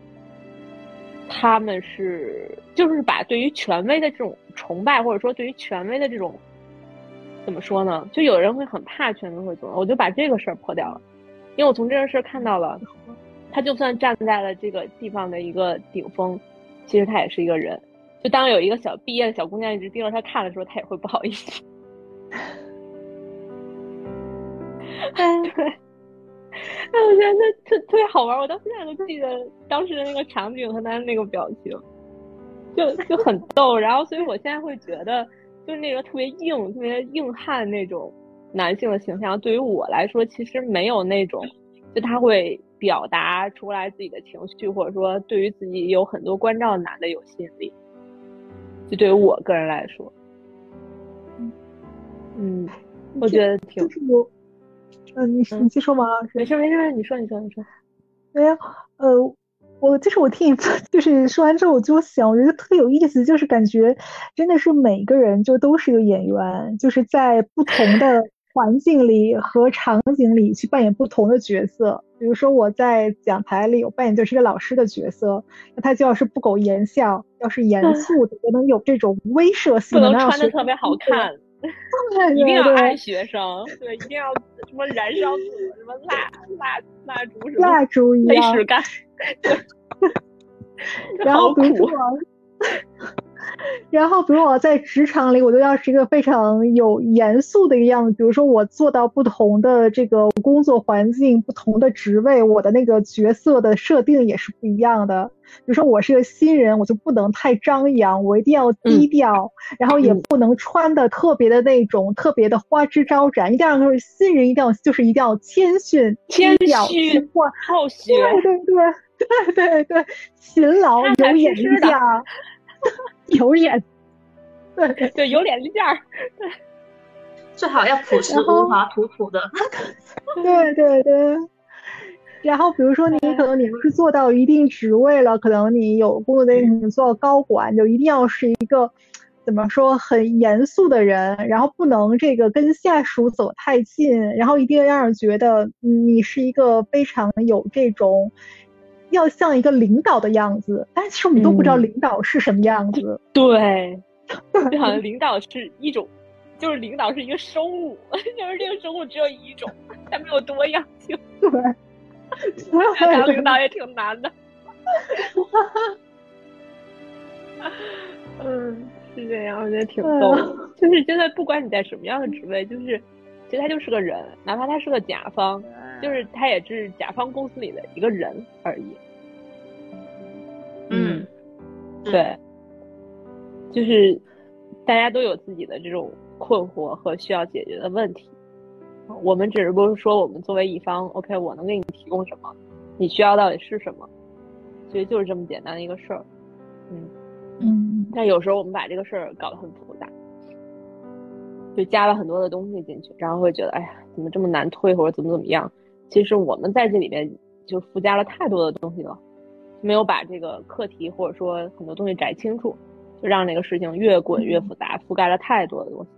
他们就是把对于权威的这种崇拜，或者说对于权威的这种怎么说呢，就有人会很怕权威会怎么，我就把这个事儿破掉了。因为我从这个事儿看到了，他就算站在了这个地方的一个顶峰，其实他也是一个人。就当有一个毕业的小姑娘一直盯着他看的时候，他也会不好意思。对。我觉得那特别好玩，我到现在都记得当时的那个场景和他的那个表情，就很逗。然后所以我现在会觉得，就是那个特别硬汉那种男性的形象，对于我来说其实没有那种，就他会表达出来自己的情绪，或者说对于自己有很多关照的男的有吸引力，就对于我个人来说。我觉得挺就是你继续吗？ 没事，你说。 没有，我听你就是说完之后，我就想，我觉得特有意思，就是感觉真的是每个人就都是一个演员，就是在不同的环境里和场景里去扮演不同的角色。比如说我在讲台里，我扮演就是一个老师的角色，那他就要是不苟言笑，要是严肃的，不能有这种威慑性的， 不能穿得特别好看。一定要爱学生，对，一定要什么燃烧自我，什么蜡烛什么蜡烛一样， 泪水干， 然后比如我在职场里，我就要是一个非常有严肃的一个样子。比如说我做到不同的这个工作环境、不同的职位，我的那个角色的设定也是不一样的。比如说我是个新人，我就不能太张扬，我一定要低调，然后也不能穿的特别的那种特别的花枝招展，一定要是新人，一定要谦逊、低调、 好学， 对，勤劳、有眼力见儿。有脸， 对，有脸力见儿，对， 最好要朴实无华、土土的。 对。然后比如说你可能你要是做到一定职位了，可能你有工作能力，你做到高管，就一定要是一个怎么说很严肃的人，然后不能这个跟下属走太近，然后一定要让人觉得你是一个非常有这种。要像一个领导的样子，但是其实我们都不知道领导是什么样子。 对，就好像领导是一种，就是领导是一个生物，就是这个生物只有一种，它没有多样性。 对， 当领导也挺难的。是这样，我觉得挺逗的。就是真的，不管你在什么样的职位，就是其实他就是个人，哪怕他是个甲方。就是他也是甲方公司里的一个人而已。对，就是大家都有自己的这种困惑和需要解决的问题，我们只是不是说我们作为乙方 OK 我能给你提供什么，你需要到底是什么，其实就是这么简单的一个事儿。但有时候我们把这个事儿搞得很复杂。 就加了很多的东西进去，然后会觉得哎呀怎么这么难推或者怎么样。其实我们在这里面就附加了太多的东西了，没有把这个课题或者说很多东西摘清楚，就让那个事情越滚越复杂，覆盖了太多的东西。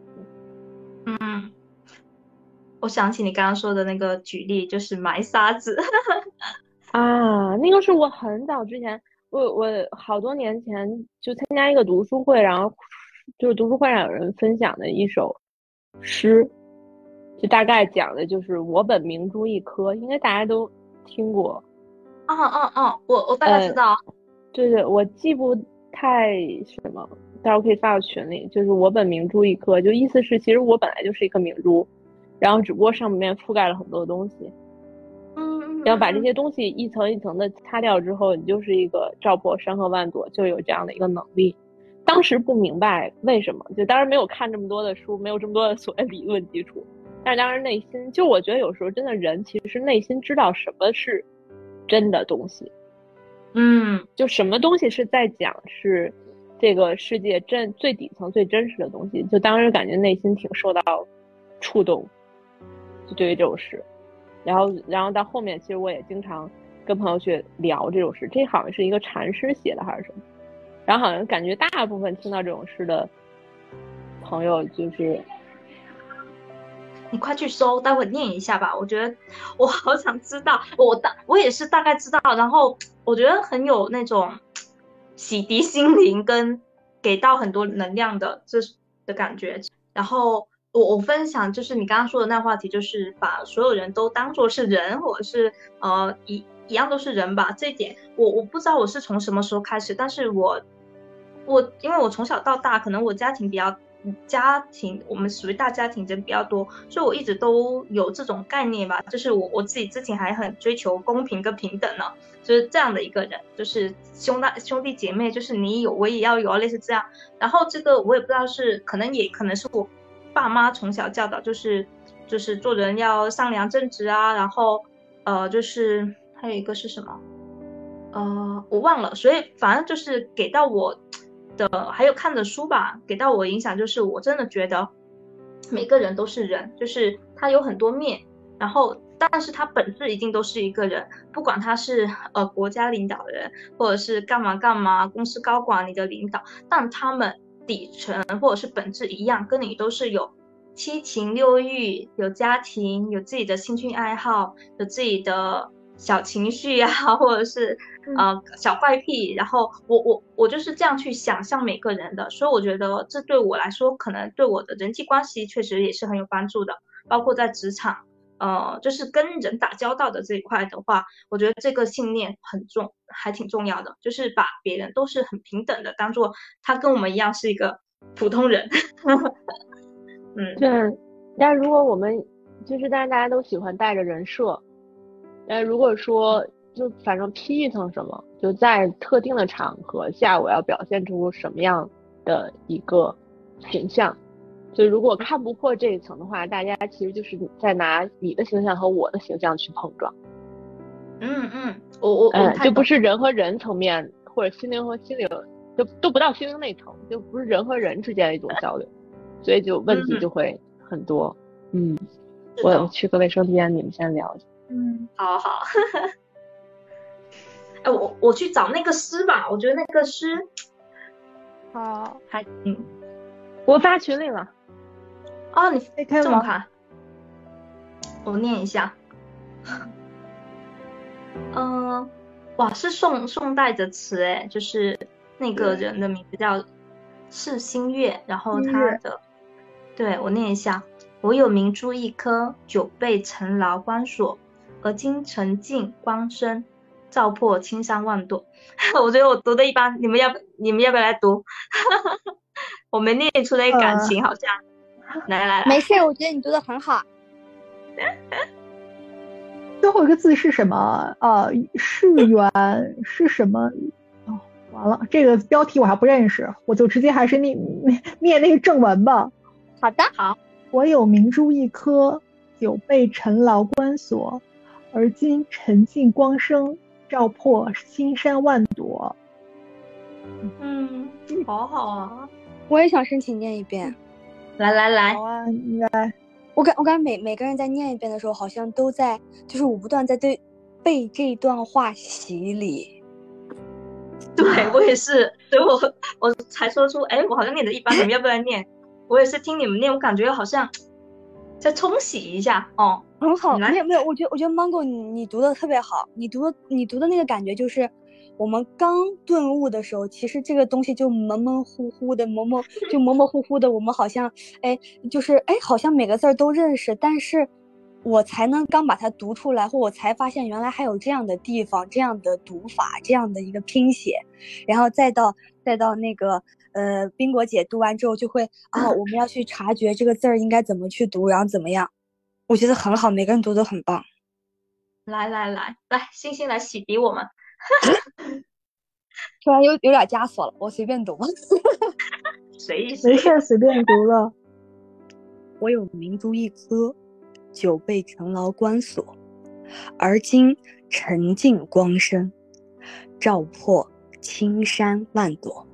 我想起你刚刚说的那个举例，就是埋沙子。 啊，那个是我很早之前，我好多年前就参加一个读书会，然后就是读书会上有人分享的一首诗，就大概讲的就是我本明珠一颗，应该大家都听过。 我大概知道。 对，我记不太什么，到时候可以发到群里。就是我本明珠一颗，就意思是其实我本来就是一颗明珠，然后只不过上面覆盖了很多的东西。然后把这些东西一层一层的擦掉之后，你就是一个照破山河万朵，就有这样的一个能力。当时不明白为什么，就当然没有看这么多的书，没有这么多的所谓理论基础，但是当时内心，就我觉得有时候真的人其实内心知道什么是真的东西，就什么东西是在讲是这个世界最底层最真实的东西，就当时感觉内心挺受到触动，就对于这种事。然后到后面，其实我也经常跟朋友去聊这种事，这好像是一个禅师写的还是什么，然后好像感觉大部分听到这种事的朋友就是， 你快去搜，待会念一下吧。我觉得我好想知道，我也是大概知道，然后我觉得很有那种洗涤心灵跟给到很多能量的感觉。然后我分享就是你刚刚说的那话题，就是把所有人都当作是人，或者是一样都是人吧。这一点我不知道我是从什么时候开始，但是我因为我从小到大，可能我家庭我们属于大家庭人比较多，所以我一直都有这种概念吧，就是我自己之前还很追求公平跟平等呢，就是这样的一个人，就是兄弟姐妹，就是你有我也要有，类似这样。然后这个我也不知道是可能是我爸妈从小教导，就是做人要善良正直啊，然后就是还有一个是什么我忘了，所以反正就是给到我的，还有看的书吧，给到我影响就是我真的觉得每个人都是人，就是他有很多面，然后但是他本质一定都是一个人，不管他是国家领导人，或者是干嘛公司高管你的领导，但他们底层或者是本质一样，跟你都是有七情六欲，有家庭，有自己的兴趣爱好，有自己的小情绪啊，或者是小怪癖，然后我就是这样去想象每个人的，所以我觉得这对我来说，可能对我的人际关系确实也是很有帮助的，包括在职场，就是跟人打交道的这一块的话，我觉得这个信念还挺重要的，就是把别人都是很平等的，当做他跟我们一样是一个普通人。 对，但是如果我们就是但是大家都喜欢带着人设，但如果说就反正披一层什么，就在特定的场合下我要表现出什么样的一个形象，就如果看不破这一层的话，大家其实就是在拿你的形象和我的形象去碰撞。 我就不是人和人层面，或者心灵和心灵，就都不到心灵那层，就不是人和人之间的一种交流，所以就问题就会很多。我去个卫生间，你们先聊。 好。我去找那个诗吧，我觉得那个诗好， 我发群里了。 哦，你看这么看，我念一下。哇，是宋代的词哎，就是那个人的名字叫释心月，然后他的，对，我念一下：我有明珠一颗，久被尘劳关锁，而今沉静光生，照破青山万朵。我觉得我读的一般，你们要不要来读？我没念出那感情，好像。来， 没事，我觉得你读的很好。 最后一个字是什么？是缘是什么？哦，完了，这个标题我还不认识，我就直接还是念那个正文吧。 好的， 好。 我有明珠一颗，久被尘劳关锁，而今沉静光生，照破青山万朵。 好好啊！ 我也想申请念一遍。 来， 好啊，你来。 我感觉每个人在念一遍的时候，好像都在，就是我不断在被这段话洗礼。 对我也是，所以我才说出，哎，我好像念的一般，你们要不要念？我也是听你们念，我感觉好像再冲洗一下哦。 很好， 你来没有，我觉得 Mango 你读的特别好，你读的那个感觉就是我们刚顿悟的时候，其实这个东西就模模糊糊的，模模糊糊的，我们好像好像每个字儿都认识，但是我才能刚把它读出来，或我才发现原来还有这样的地方，这样的读法，这样的一个拼写，然后再到那个冰果姐读完之后就会我们要去察觉这个字儿应该怎么去读，然后怎么样。我觉得很好，每个人读都很棒。 来，星星来洗涤我们。 突然有点枷锁了，我随便读。 随没事，随便读了。 我有明珠一颗，久被尘劳关锁，而今沉浸光生，照破青山万朵。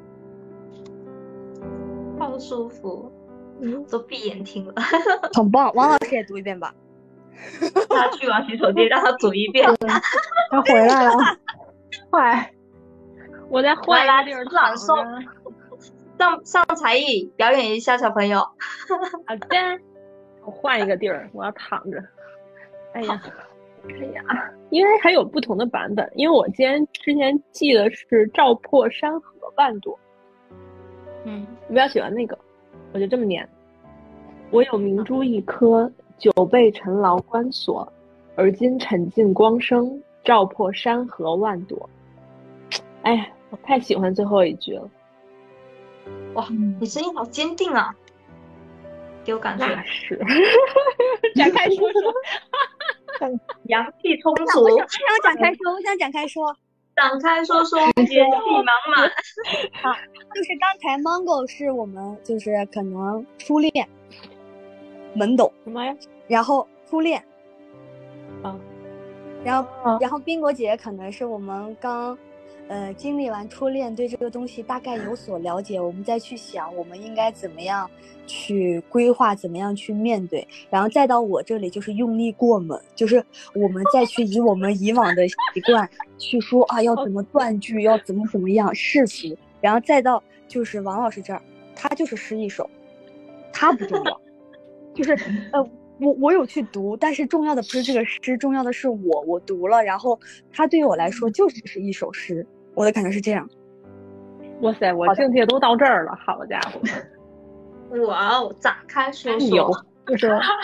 好舒服，都闭眼听了。 很棒，王老师也读一遍吧。 他去完洗手间，让他读一遍。 他回来了，快！ 我再换一个地儿朗诵，上才艺表演一下，小朋友。 好的，我换一个地儿，我要躺着。哎呀，因为还有不同的版本，因为我之前记得是照破山河万朵。我比较喜欢那个，我就这么念。我有明珠一颗，久被尘劳关锁，而今沉浸光生，照破山河万朵。哎呀，我太喜欢最后一句了。 哇，你声音好坚定啊，给我感觉。 那是。展开说说。 阳气充足。 我想展开说，展开说， 元气满满。 好，就是刚才 Mango 是我们就是可能初恋懵懂什么呀？ 然后初恋啊， 然后冰果姐可能是我们刚经历完初恋，对这个东西大概有所了解，我们再去想我们应该怎么样去规划，怎么样去面对，然后再到我这里就是用力过猛，就是我们再去以我们以往的习惯去说要怎么断句，要怎么样世俗，然后再到就是王老师这儿，他就是诗一首，他不重要，就是我有去读，但是重要的不是这个诗，重要的是我读了，然后它对于我来说就只是一首诗，我的感觉是这样。 哇塞，我境界都到这儿了，好家伙！ 哇哦，展开说说， 就是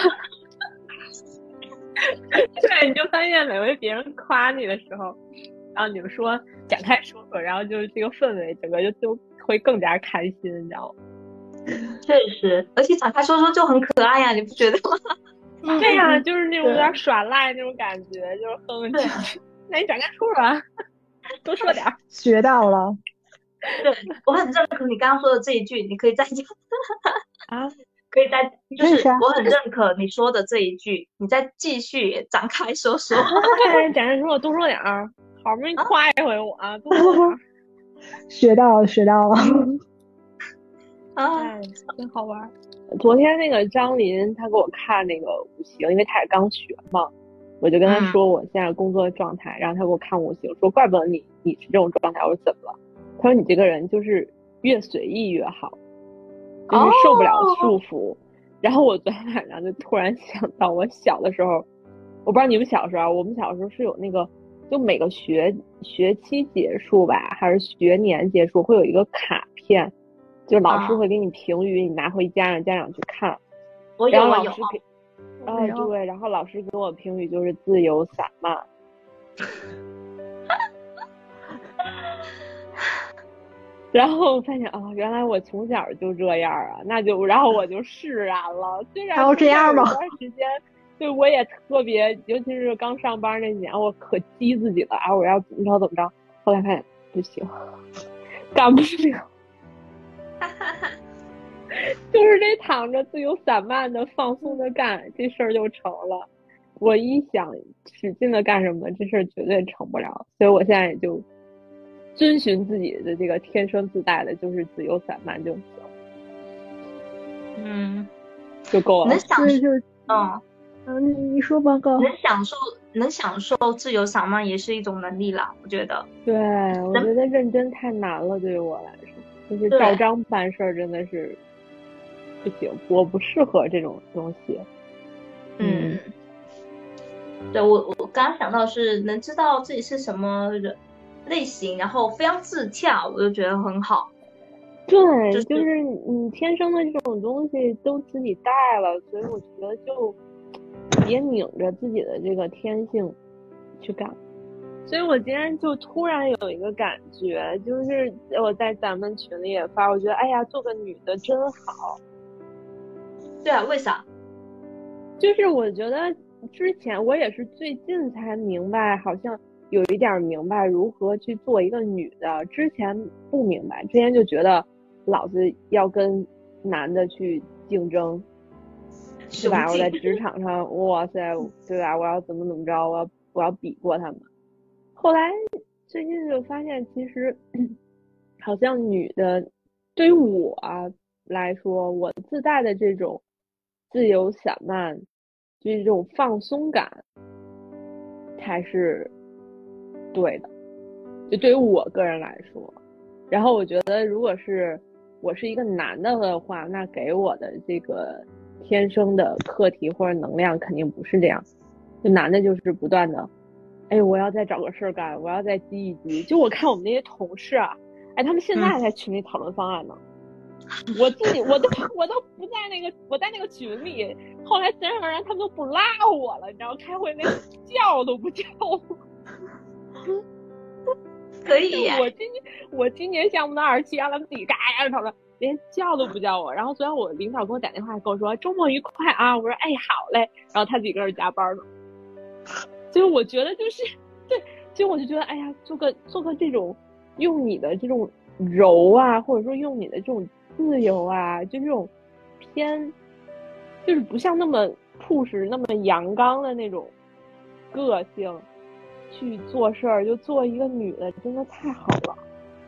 对，你就发现每回别人夸你的时候，然后你们说展开说说，然后就是这个氛围整个就会更加开心，你知道吗？ 确实，而且展开说说就很可爱呀，你不觉得吗？ 对呀，就是那种有点耍赖那种感觉，就是哼着。那你展开说说啊，多说点。 学到了。 对，我很认可你刚刚说的这一句，你可以再讲啊， 可以再就是我很认可你说的这一句，你再继续展开说说。 对，展开说说，多说点儿，好不容易夸一回我啊，多说点儿。 学到了。 哎，真好玩。昨天那个张林他给我看那个五行，因为他也刚学嘛，我就跟他说我现在工作状态，然后他给我看五行，说怪不得你是这种状态。我说怎么了？他说你这个人就是越随意越好，就是受不了束缚。然后我昨天晚上就突然想到我小的时候，我不知道你们小时候，我们小时候是有那个，就每个学期结束吧，还是学年结束会有一个卡片。就老师会给你评语，你拿回家让家长去看。然后老师给，对，然后老师给我评语就是自由散漫。然后我发现原来我从小就这样啊，然后我就释然了。虽然还要这样吗？ 有段时间，就我也特别，尤其是刚上班那几年，我可激自己了啊！我要怎么着。后来发现不行，干不了。就是这躺着自由散漫的放松的干这事儿就成了。我一想使劲的干什么，这事儿绝对成不了。所以我现在也就遵循自己的这个天生自带的，就是自由散漫就行。 就够了。 能享受， 就是你说吧，哥。 能享受自由散漫也是一种能力啦，我觉得。 对，我觉得认真太难了，对于我来说，就是照章办事儿真的是不行，我不适合这种东西。 对，我刚刚想到是能知道自己是什么人类型，然后非常自洽，我就觉得很好。 对，就是你天生的这种东西都自己带了，所以我觉得就别拧着自己的这个天性去干。所以我今天就突然有一个感觉，就是我在咱们群里也发，我觉得哎呀，做个女的真好。 对啊，为啥？ 就是我觉得之前我也是最近才明白，好像有一点明白如何去做一个女的，之前不明白，之前就觉得老子要跟男的去竞争，是吧？我在职场上，哇塞，对吧？我要怎么着，我要比过他们。后来最近就发现，其实好像女的对于我来说，我自带的这种自由散漫，就是这种放松感，才是对的。就对于我个人来说，然后我觉得，如果是我是一个男的话，那给我的这个天生的课题或者能量肯定不是这样。就男的就是不断的，哎，我要再找个事儿干，我要再积一积。就我看我们那些同事啊，哎，他们现在还在群里讨论方案呢。我自己我都不在那个，我在那个群里，后来自然而然他们都不拉我了，你知道，开会那叫都不叫我。 可以。 我今年项目的27让他们自己嘎讨论，连叫都不叫我。然后昨天我领导给我打电话跟我说周末愉快啊，我说哎好嘞，然后他自己搁这加班呢。所以我觉得就是对，所以我就觉得哎呀，做个这种用你的这种柔啊，或者说用你的这种自由啊，就这种偏，就是不像那么push那么阳刚的那种个性去做事儿，就做一个女的真的太好了。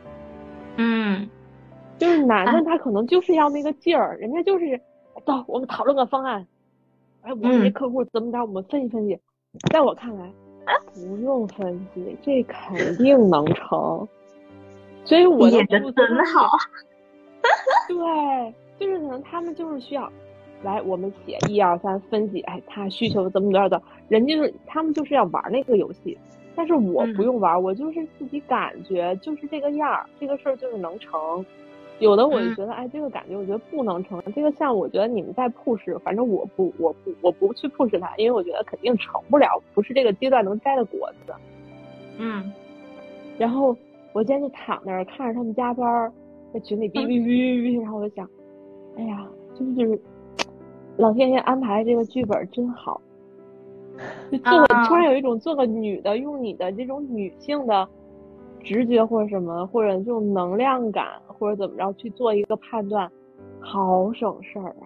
就是男的他可能就是要那个劲儿，人家就是走，我们讨论个方案，哎，我们这客户怎么着，我们分析分析。在我看来，不用分析，这肯定能成。所以我的真好。 对，就是可能他们就是需要，来我们写1、2、3分析，哎，他需求怎么着的，人家就是他们就是要玩那个游戏，但是我不用玩，我就是自己感觉就是这个样儿，这个事儿就是能成。有的我就觉得，哎，这个感觉我觉得不能成，这个项目我觉得你们在 push， 反正我不去 push 它，因为我觉得肯定成不了，不是这个阶段能摘的果子。然后我今天就躺那儿看着他们加班，在群里哔哔哔哔哔，然后我就想，哎呀，就是老天爷安排这个剧本真好，就突然有一种做个女的，用你的这种女性的直觉或者什么，或者这种能量感或者怎么着去做一个判断，好省事儿啊。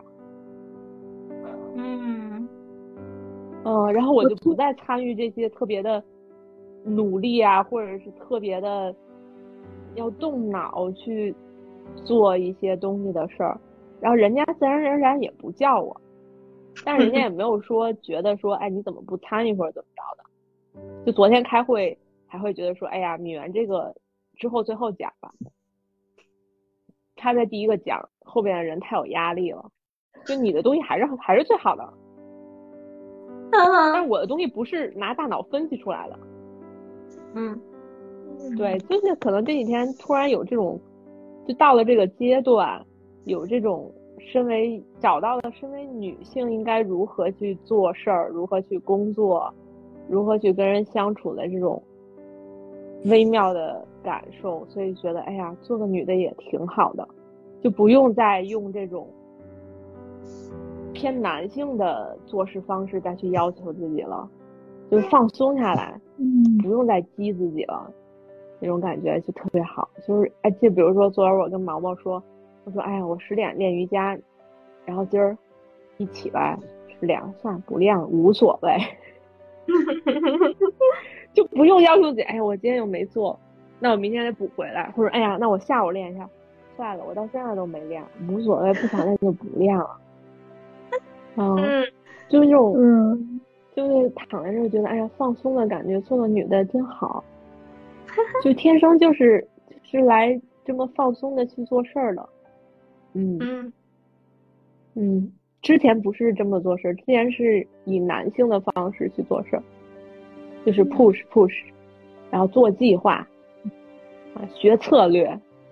然后我就不再参与这些特别的努力啊，或者是特别的要动脑去做一些东西的事儿，然后人家自然而然也不叫我，但是人家也没有说觉得说，哎，你怎么不参与或者怎么着的。就昨天开会还会觉得说，哎呀，米原这个之后最后讲吧，他在第一个讲，后边的人太有压力了，就你的东西还是最好的，但我的东西不是拿大脑分析出来的。对，就是可能这几天突然有这种，就到了这个阶段，有这种找到了身为女性应该如何去做事儿，如何去工作，如何去跟人相处的这种微妙的感受，所以觉得哎呀，做个女的也挺好的，就不用再用这种偏男性的做事方式再去要求自己了，就放松下来，不用再激自己了，那种感觉就特别好。就是哎，就比如说昨儿我跟毛毛说，我说哎呀，我10点练瑜伽，然后今儿一起来是2，算了不练了无所谓。就不用要求自己，哎呀，我今天又没做，那我明天得补回来，或者哎呀，那我下午练一下， 算了，我到现在都没练，无所谓，不想练就不练了。就是那种就是躺在这觉得哎呀放松的感觉，做个女的真好，就天生就是来这么放松的去做事儿的。之前不是这么做事，之前是以男性的方式去做事，就是 push， 然后做计划学策略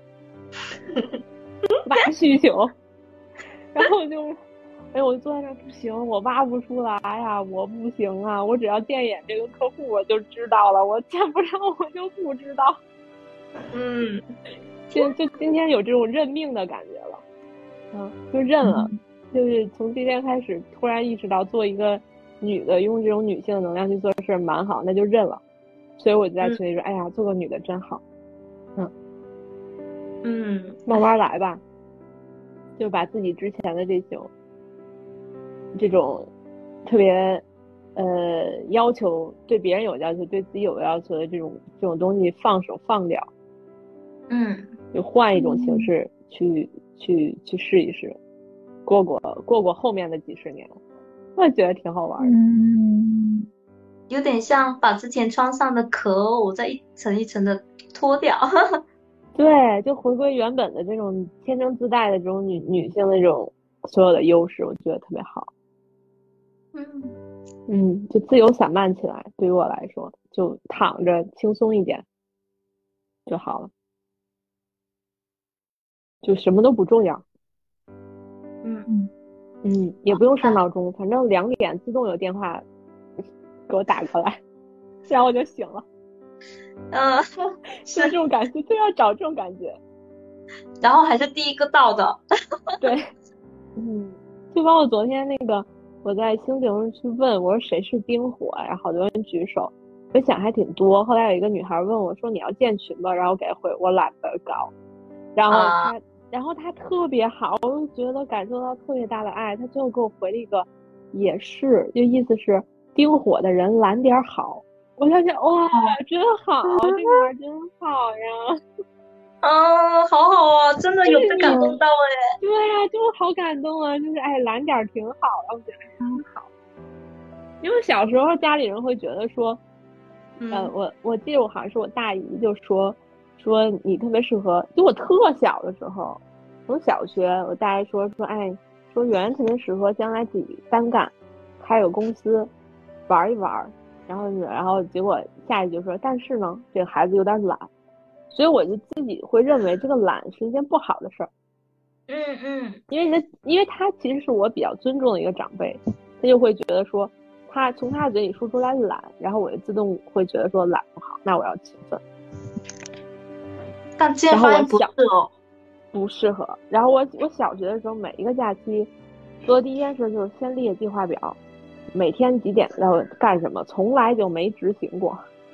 挖需求，然后我坐在那不行，我挖不出来呀，我不行啊，我只要见一眼这个客户我就知道了，我见不上我就不知道。就今天有这种认命的感觉了，就认了，就是从今天开始突然意识到做一个女的用这种女性的能量去做事蛮好，那就认了。所以我就在群里说，哎呀，做个女的真好。慢慢来吧，就把自己之前的这种特别要求，对别人有要求对自己有要求的这种东西放手放掉，就换一种形式去试一试，过后面的几十年，我觉得挺好玩的。 有点像把之前穿上的壳偶再一层一层的脱掉。 对，就回归原本的这种天生自带的这种女性的这种所有的优势，我觉得特别好。就自由散漫起来，对于我来说，就躺着轻松一点就好了，就什么都不重要。也不用设闹钟，反正2点自动有电话给我打过来，然后我就醒了。是这种感觉，就要找这种感觉。 然后还是第一个到的。 对，就包括昨天那个，我在星屏上去问我说谁是丁火，然后好多人举手，我想还挺多。后来有一个女孩问我说你要建群吧，然后给回我懒得搞。然后她特别好，我就觉得感受到特别大的爱。她最后给我回了一个也是，就意思是丁火的人懒点好。我就想哇，真好，这女孩真好呀。 好好啊，真的有被感动到哎。 对呀，就好感动啊，就是懒点挺好，然后觉得真好。因为小时候家里人会觉得说，我记得我好像是我大姨就说你特别适合，就我特小的时候，从小学我大姨说说圆圆特别适合将来自己单干，开个公司玩一玩，然后结果下一句就说，但是呢这个孩子有点懒，所以我就自己会认为这个懒是一件不好的事儿。因为他其实是我比较尊重的一个长辈，他就会觉得说他从他嘴里说出来懒，然后我就自动会觉得说懒不好，那我要勤奋。 但现在发现不是哦， 不适合。然后我小学的时候，每一个假期做的第一件事就是先列计划表，每天几点要干什么，从来就没执行过。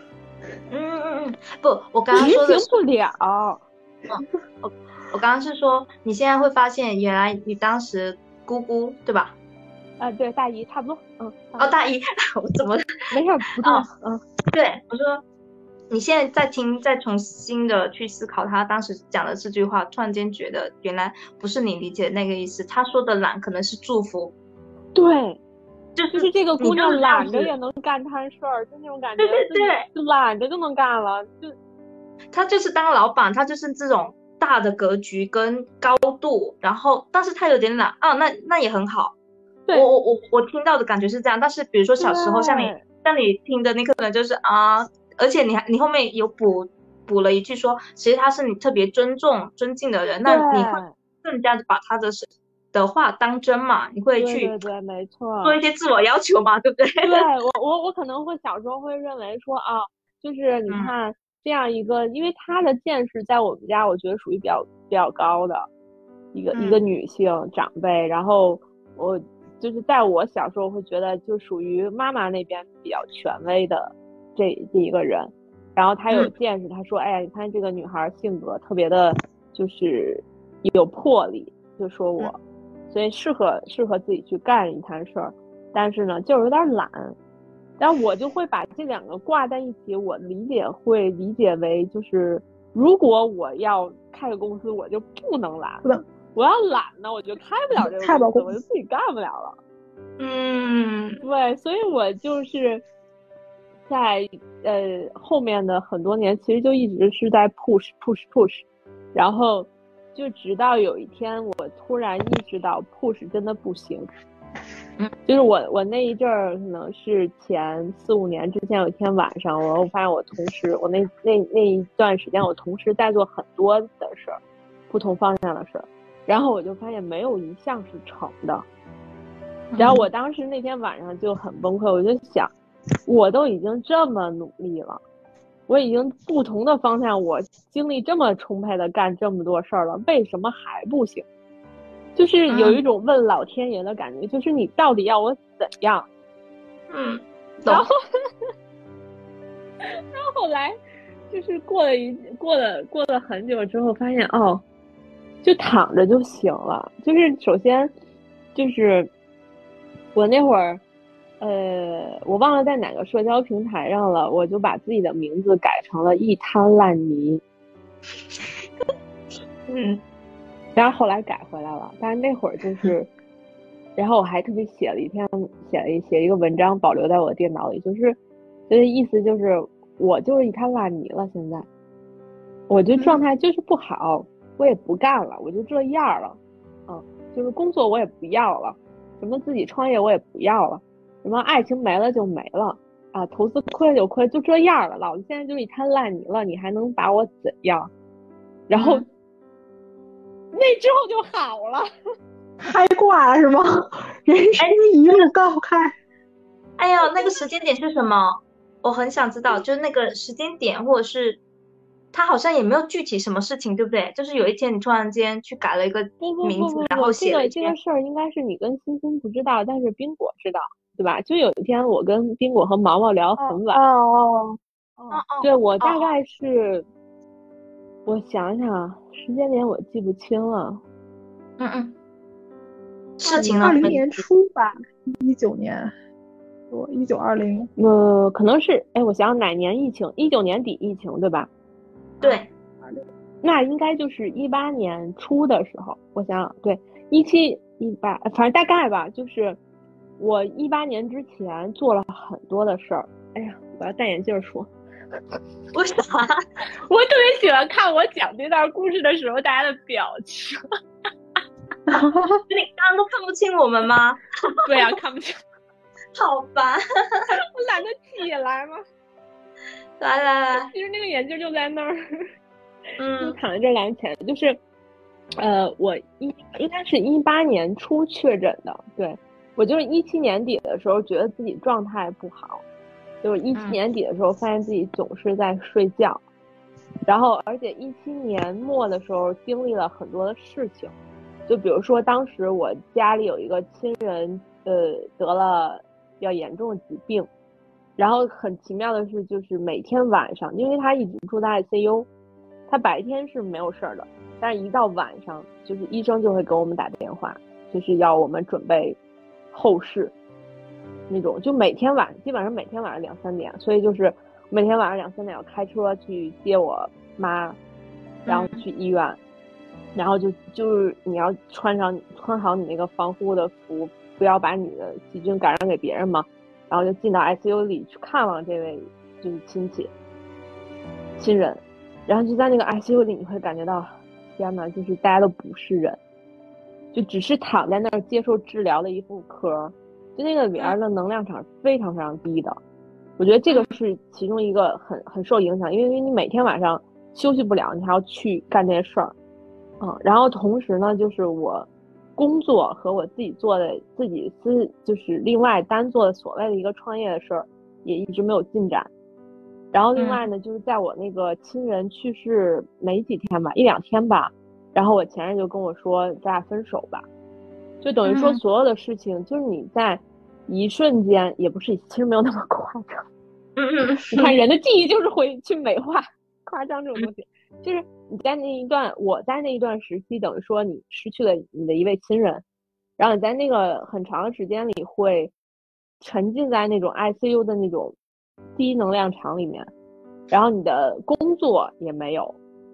不，我刚刚说的执行不了。 我刚刚是说你现在会发现，原来你当时姑姑对吧？ 对，大姨差不多。 大姨，我怎么没事不重要。 对，我说你现在再听，再重新的去思考他当时讲的这句话，突然间觉得原来不是你理解的那个意思。他说的懒可能是祝福。 对， 就是这个姑娘懒着也能干摊事儿，就那种感觉。对，就懒着就能干了。 他就是当老板，他就是这种大的格局跟高度，然后但是他有点懒那也很好。我听到的感觉是这样，但是比如说小时候像你听的，你可能就是而且你后面有补了一句说，其实他是你特别尊敬的人，那你会更加的把他的话当真嘛，你会去对，没错， 做一些自我要求嘛，对不对？ 对，我可能会小时候会认为说就是你看这样一个，因为她的见识在我们家，我觉得属于比较高的一个女性长辈，然后我就是在我小时候会觉得就属于妈妈那边比较权威的这一个人，然后她有见识，她说哎呀，你看这个女孩性格特别的，就是有魄力，就说我。所以适合自己去干一摊事儿，但是呢就是有点懒，然后我就会把这两个挂在一起，我会理解为就是如果我要开个公司，我就不能懒， 不能， 我要懒呢，我就开不了这个公司，我就自己干不了了。对，所以我就是在后面的很多年，其实就一直是在 push，然后就直到有一天，我突然意识到 push 真的不行。就是我那一阵儿，可能是前4、5年之前，有一天晚上，我发现我同时，我那一段时间，我同时在做很多的事儿，不同方向的事儿，然后我就发现没有一项是成的。然后我当时那天晚上就很崩溃，我就想，我都已经这么努力了，我已经不同的方向，我精力这么充沛的干这么多事儿了，为什么还不行？就是有一种问老天爷的感觉，就是你到底要我怎样？然后后来就是过了很久之后，发现哦，就躺着就行了。就是首先就是我那会儿我忘了在哪个社交平台上了，我就把自己的名字改成了一滩烂泥。然后后来改回来了，但是那会儿就是，然后我还特别写了一个文章，保留在我电脑里，就是意思就是我就是一滩烂泥了，现在我就状态就是不好，我也不干了，我就这样了，就是工作我也不要了，什么自己创业我也不要了，什么爱情没了就没了啊，投资亏了就亏，就这样了，老子现在就是一滩烂泥了，你还能把我怎样？然后那之后就好了， 开挂了是吗？人生一路高开。 哎呀，那个时间点是什么？我很想知道，就是那个时间点，或者是他好像也没有具体什么事情，对不对？就是有一天你突然间去改了一个名字，然后写了这个事儿应该是你跟欣欣不知道，但是冰果知道，对吧？就有一天我跟冰果和毛毛聊很晚，对，我大概是。我想想，时间点我记不清了。 事情呢 ？20年初吧，19年，我1920。 可能是，我想想哪年疫情？19年底疫情，对吧？ 对。 那应该就是18年初的时候。我想想，对，17、18，反正大概吧。就是我18年之前做了很多的事儿。哎呀，我要戴眼镜说。 为啥？ 我特别喜欢看我讲这段故事的时候大家的表情。 你刚刚都看不清我们吗？ 对啊，看不清。 好烦。 我懒得起来吗？ 来， 其实那个眼镜就在那儿。就躺在这蓝钱，就是我应该是18年初确诊的。对，我就是17年底的时候觉得自己状态不好，就是17年底的时候发现自己总是在睡觉，然后而且17年末的时候经历了很多的事情，就比如说当时我家里有一个亲人得了比较严重的疾病，然后很奇妙的是就是每天晚上，因为他一直住在 ICU， 他白天是没有事儿的，但是一到晚上就是医生就会给我们打电话，就是要我们准备后事那种，就基本上每天晚上2、3点，所以就是每天晚上2、3点要开车去接我妈，然后去医院，然后就是你要穿好你那个防护的服，不要把你的细菌感染给别人嘛，然后就进到 ICU 里去看望这位就是亲人，然后就在那个 ICU 里你会感觉到，天哪，就是大家都不是人，就只是躺在那儿接受治疗的一副壳，就那个里边的能量场非常非常低的。我觉得这个是其中一个很受影响，因为你每天晚上休息不了，你还要去干这些事儿，然后同时呢，就是我工作和我自己做的就是另外单做的所谓的一个创业的事儿也一直没有进展。然后另外呢，就是在我那个亲人去世没几天吧，1、2天吧，然后我前任就跟我说咱俩分手吧，就等于说所有的事情就是你在一瞬间，也不是，其实没有那么夸张。你看人的记忆就是会去美化夸张这种东西，就是我在那一段时期，等于说你失去了你的一位亲人，然后你在那个很长的时间里会沉浸在那种 ICU 的那种低能量场里面，然后你的工作也没有，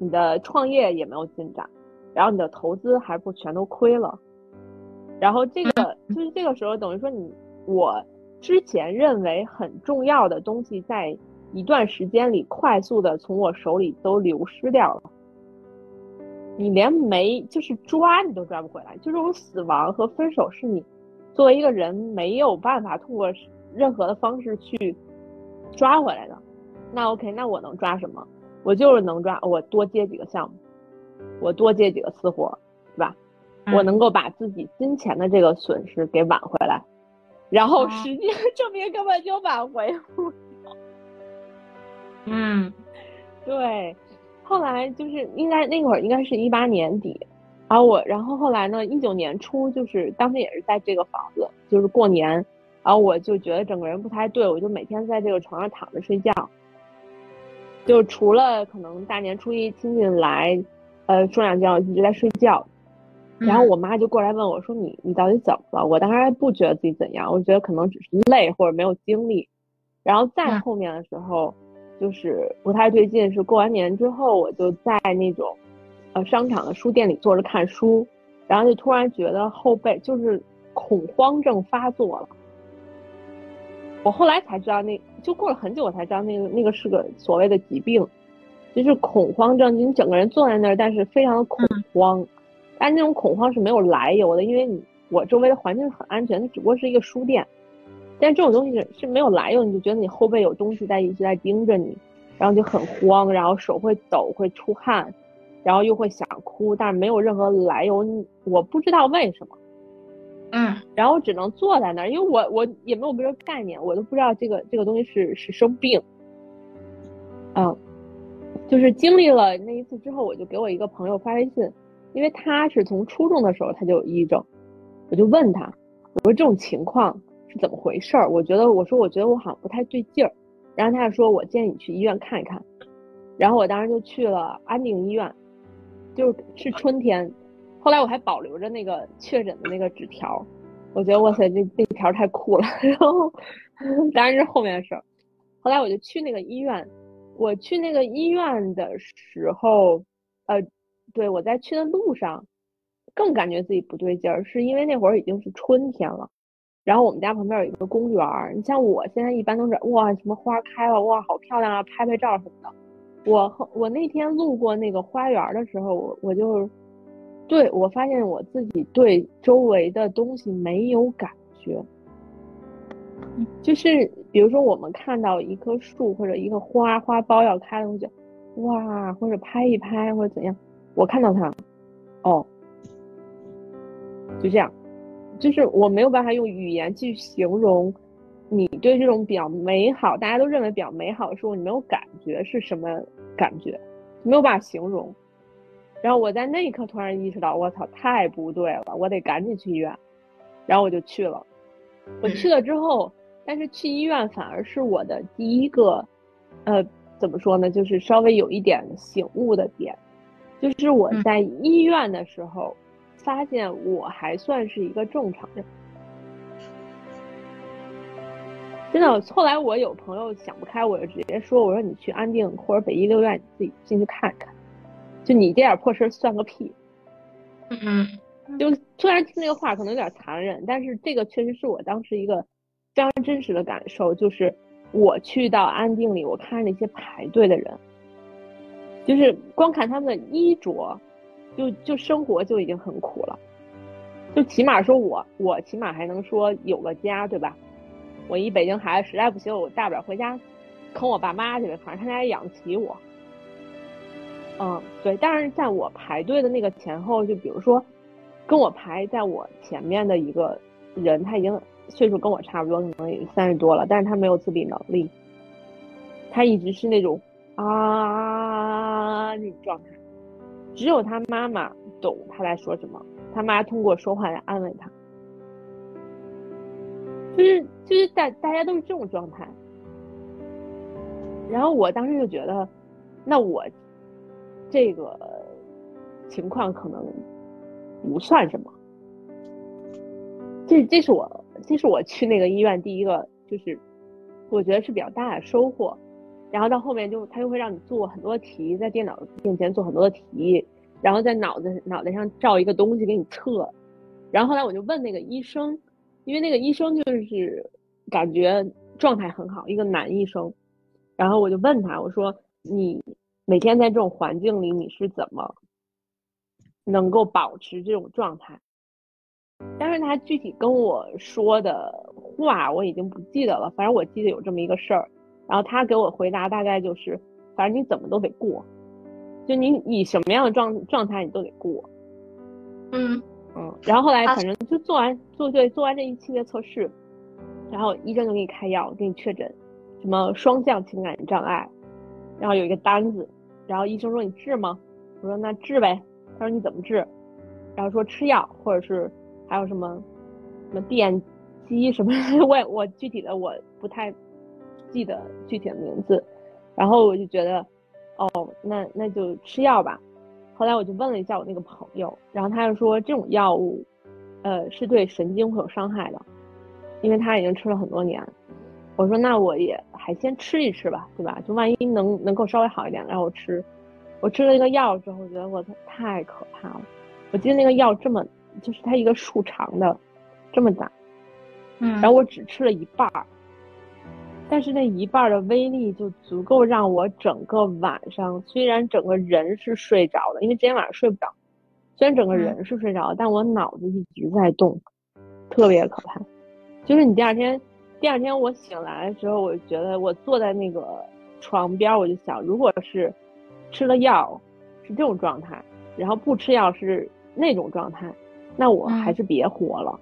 你的创业也没有进展，然后你的投资还不全都亏了，然后这个就是这个时候等于说我之前认为很重要的东西，在一段时间里快速的从我手里都流失掉了。你连就是抓你都抓不回来，就这种死亡和分手是你作为一个人没有办法通过任何的方式去抓回来的。那 OK， 那我能抓什么？我就是能抓我多接几个项目，我多接几个私活，对吧？我能够把自己金钱的这个损失给挽回来，然后实际证明根本就挽回不了。对。后来就是应该那会儿应该是18年底，然后后来呢19年初，就是当时也是在这个房子，就是过年，然后我就觉得整个人不太对，我就每天在这个床上躺着睡觉，就除了可能大年初一亲戚来说两句，一直在睡觉。然后我妈就过来问我说你到底怎么了？我当时还不觉得自己怎样，我觉得可能只是累或者没有精力。然后再后面的时候就是不太对劲，是过完年之后我就在那种商场的书店里坐着看书，然后就突然觉得后背就是恐慌症发作了。我后来才知道就过了很久我才知道那个是个所谓的疾病，就是恐慌症，你整个人坐在那儿但是非常的恐慌，但那种恐慌是没有来由的，因为我周围的环境是很安全，它只不过是一个书店，但这种东西是没有来由，你就觉得你后背有东西一直在盯着你，然后就很慌，然后手会抖，会出汗，然后又会想哭，但是没有任何来由，我不知道为什么。然后只能坐在那儿，因为我也没有这个概念，我都不知道这个东西是生病。就是经历了那一次之后，我就给我一个朋友发微信，因为他是从初中的时候他就有抑郁症，我就问他，我说这种情况是怎么回事儿？我觉得我好像不太对劲儿，然后他就说我建议你去医院看一看，然后我当时就去了安定医院，就是春天，后来我还保留着那个确诊的那个纸条，我觉得哇塞这条太酷了，然后当然是后面的事儿。后来我就去那个医院，我去那个医院的时候，对，我在去的路上更感觉自己不对劲儿，是因为那会儿已经是春天了，然后我们家旁边有一个公园儿，你像我现在一般都是哇什么花开了，哇好漂亮啊，拍拍照什么的。我那天路过那个花园的时候，我发现我自己对周围的东西没有感觉，就是比如说我们看到一棵树或者一个花苞要开了，我就哇，或者拍一拍或者怎样，我看到它，就这样，就是我没有办法用语言去形容你对这种比较美好，大家都认为比较美好的事物，你没有感觉是什么感觉，没有办法形容。然后我在那一刻突然意识到，我操，太不对了，我得赶紧去医院。然后我就去了。我去了之后，但是去医院反而是我的第一个，怎么说呢，就是稍微有一点醒悟的点，就是我在医院的时候，发现我还算是一个正常人。真的，后来我有朋友想不开，我就直接说，我说你去安定或者北医6院，你自己进去看看。就你这点破事算个屁。就虽然听那个话可能有点残忍，但是这个确实是我当时一个非常真实的感受，就是我去到安定里，我看那些排队的人，就是光看他们的衣着，就生活就已经很苦了，就起码说我起码还能说有个家，对吧？我一北京孩子实在不行，我大不了回家坑我爸妈去呗，反正他家也养得起我。对，但是在我排队的那个前后，就比如说跟我排在我前面的一个人，他已经岁数跟我差不多，可能也30多了，但是他没有自理能力，他一直是那种那种状态，只有他妈妈懂他在说什么，他妈通过说话来安慰他，就是大家都是这种状态。然后我当时就觉得，那我这个情况可能不算什么。这是我去那个医院第一个，就是我觉得是比较大的收获。 然后到后面他就会让你做很多题，在电脑面前做很多的题，然后在脑袋上照一个东西给你测。然后后来我就问那个医生，因为那个医生就是感觉状态很好，一个男医生。然后我就问他，我说你每天在这种环境里，你是怎么能够保持这种状态？但是他具体跟我说的话我已经不记得了，反正我记得有这么一个事儿。然后他给我回答大概就是，反正你怎么都得过，就你以什么样的状态你都得过。然后后来反正就做完这一系列测试，然后医生就给你开药，给你确诊什么双向情感障碍，然后有一个单子，然后医生说你治吗？我说那治呗。他说你怎么治？然后说吃药，或者是还有什么电击什么我具体的我不太记得具体的名字。然后我就觉得那就吃药吧。后来我就问了一下我那个朋友，然后他就说这种药物是对神经会有伤害的，因为他已经吃了很多年。我说那我也还先吃一吃吧，对吧？就万一能够稍微好一点，然后我吃了一个药之后，我觉得我太可怕了。我记得那个药这么，就是它一个竖长的这么大，然后我只吃了一半，但是那一半的威力就足够让我整个晚上，虽然整个人是睡着的，因为今天晚上睡不着，虽然整个人是睡着，但我脑子一直在动，特别可怕。就是你第二天我醒来的时候，我就觉得我坐在那个床边，我就想，如果是吃了药是这种状态，然后不吃药是那种状态，那我还是别活了。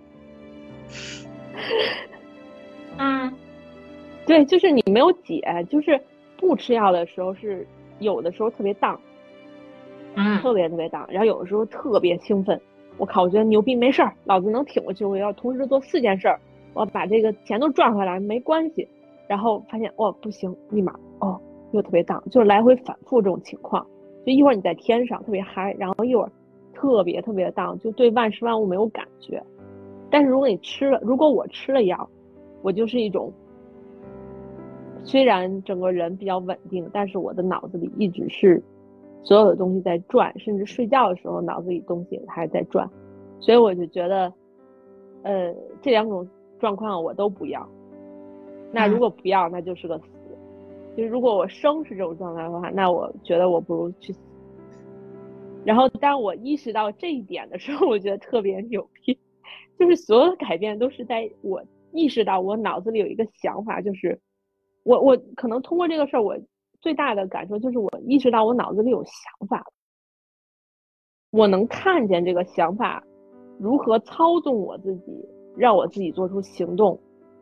对，就是你没有解，就是不吃药的时候是有的时候特别荡，特别荡，然后有的时候特别兴奋。我靠，我觉得牛逼，没事儿，老子能挺过去，我要同时做4件事儿，我把这个钱都赚回来，没关系。然后发现不行，立马又特别荡，就是来回反复这种情况。就一会儿你在天上特别嗨，然后一会儿特别荡，就对万事万物没有感觉。但是如果我吃了药，我就是一种。虽然整个人比较稳定，但是我的脑子里一直是所有的东西在转，甚至睡觉的时候脑子里东西还在转。所以我就觉得这2种状况我都不要。那如果不要，那就是个死。就是如果我生是这种状态的话，那我觉得我不如去死。然后当我意识到这一点的时候，我觉得特别牛逼。就是所有的改变都是在我意识到我脑子里有一个想法，就是我可能通过这个事儿，我最大的感受就是我意识到我脑子里有想法，我能看见这个想法如何操纵我自己，让我自己做出行动。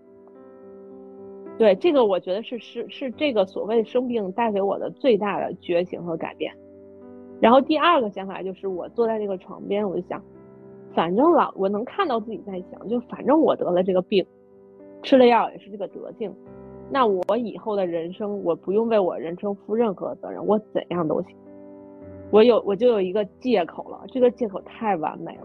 对，这个我觉得是这个所谓生病带给我的最大的觉醒和改变。然后第二个想法就是我坐在这个床边，我就想，反正我能看到自己在想，就反正我得了这个病，吃了药也是这个德性，那我以后的人生我不用为我人生负任何责任，我怎样都行。我就有一个借口了，这个借口太完美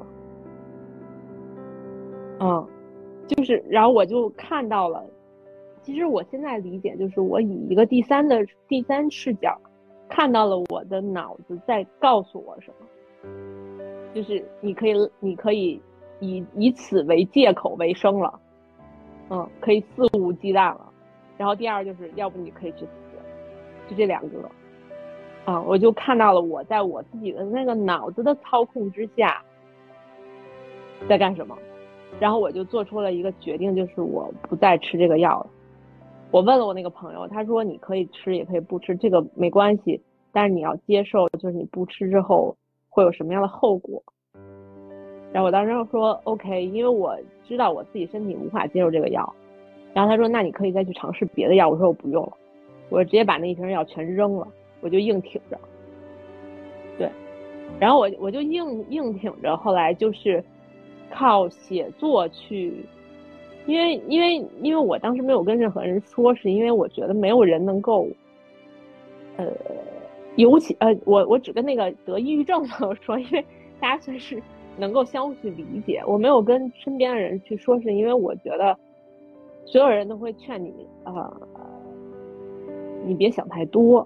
了。就是然后我就看到了，其实我现在理解就是我以一个第三视角看到了我的脑子在告诉我什么，就是你可以以此为借口为生了，可以肆无忌惮了。然后第二就是要不你可以去死，就这2个。我就看到了我在我自己的那个脑子的操控之下在干什么，然后我就做出了一个决定，就是我不再吃这个药了。我问了我那个朋友，他说你可以吃也可以不吃，这个没关系，但是你要接受就是你不吃之后会有什么样的后果。然后我当时说 OK， 因为我知道我自己身体无法接受这个药。然后他说那你可以再去尝试别的药，我说我不用了，我直接把那一瓶药全扔了，我就硬挺着。对，然后我就硬挺着，后来就是靠写作去，因为我当时没有跟任何人说，是因为我觉得没有人能够尤其我只跟那个得抑郁症的朋友说，因为大家算是能够相互去理解。我没有跟身边的人去说，是因为我觉得所有人都会劝你你别想太多。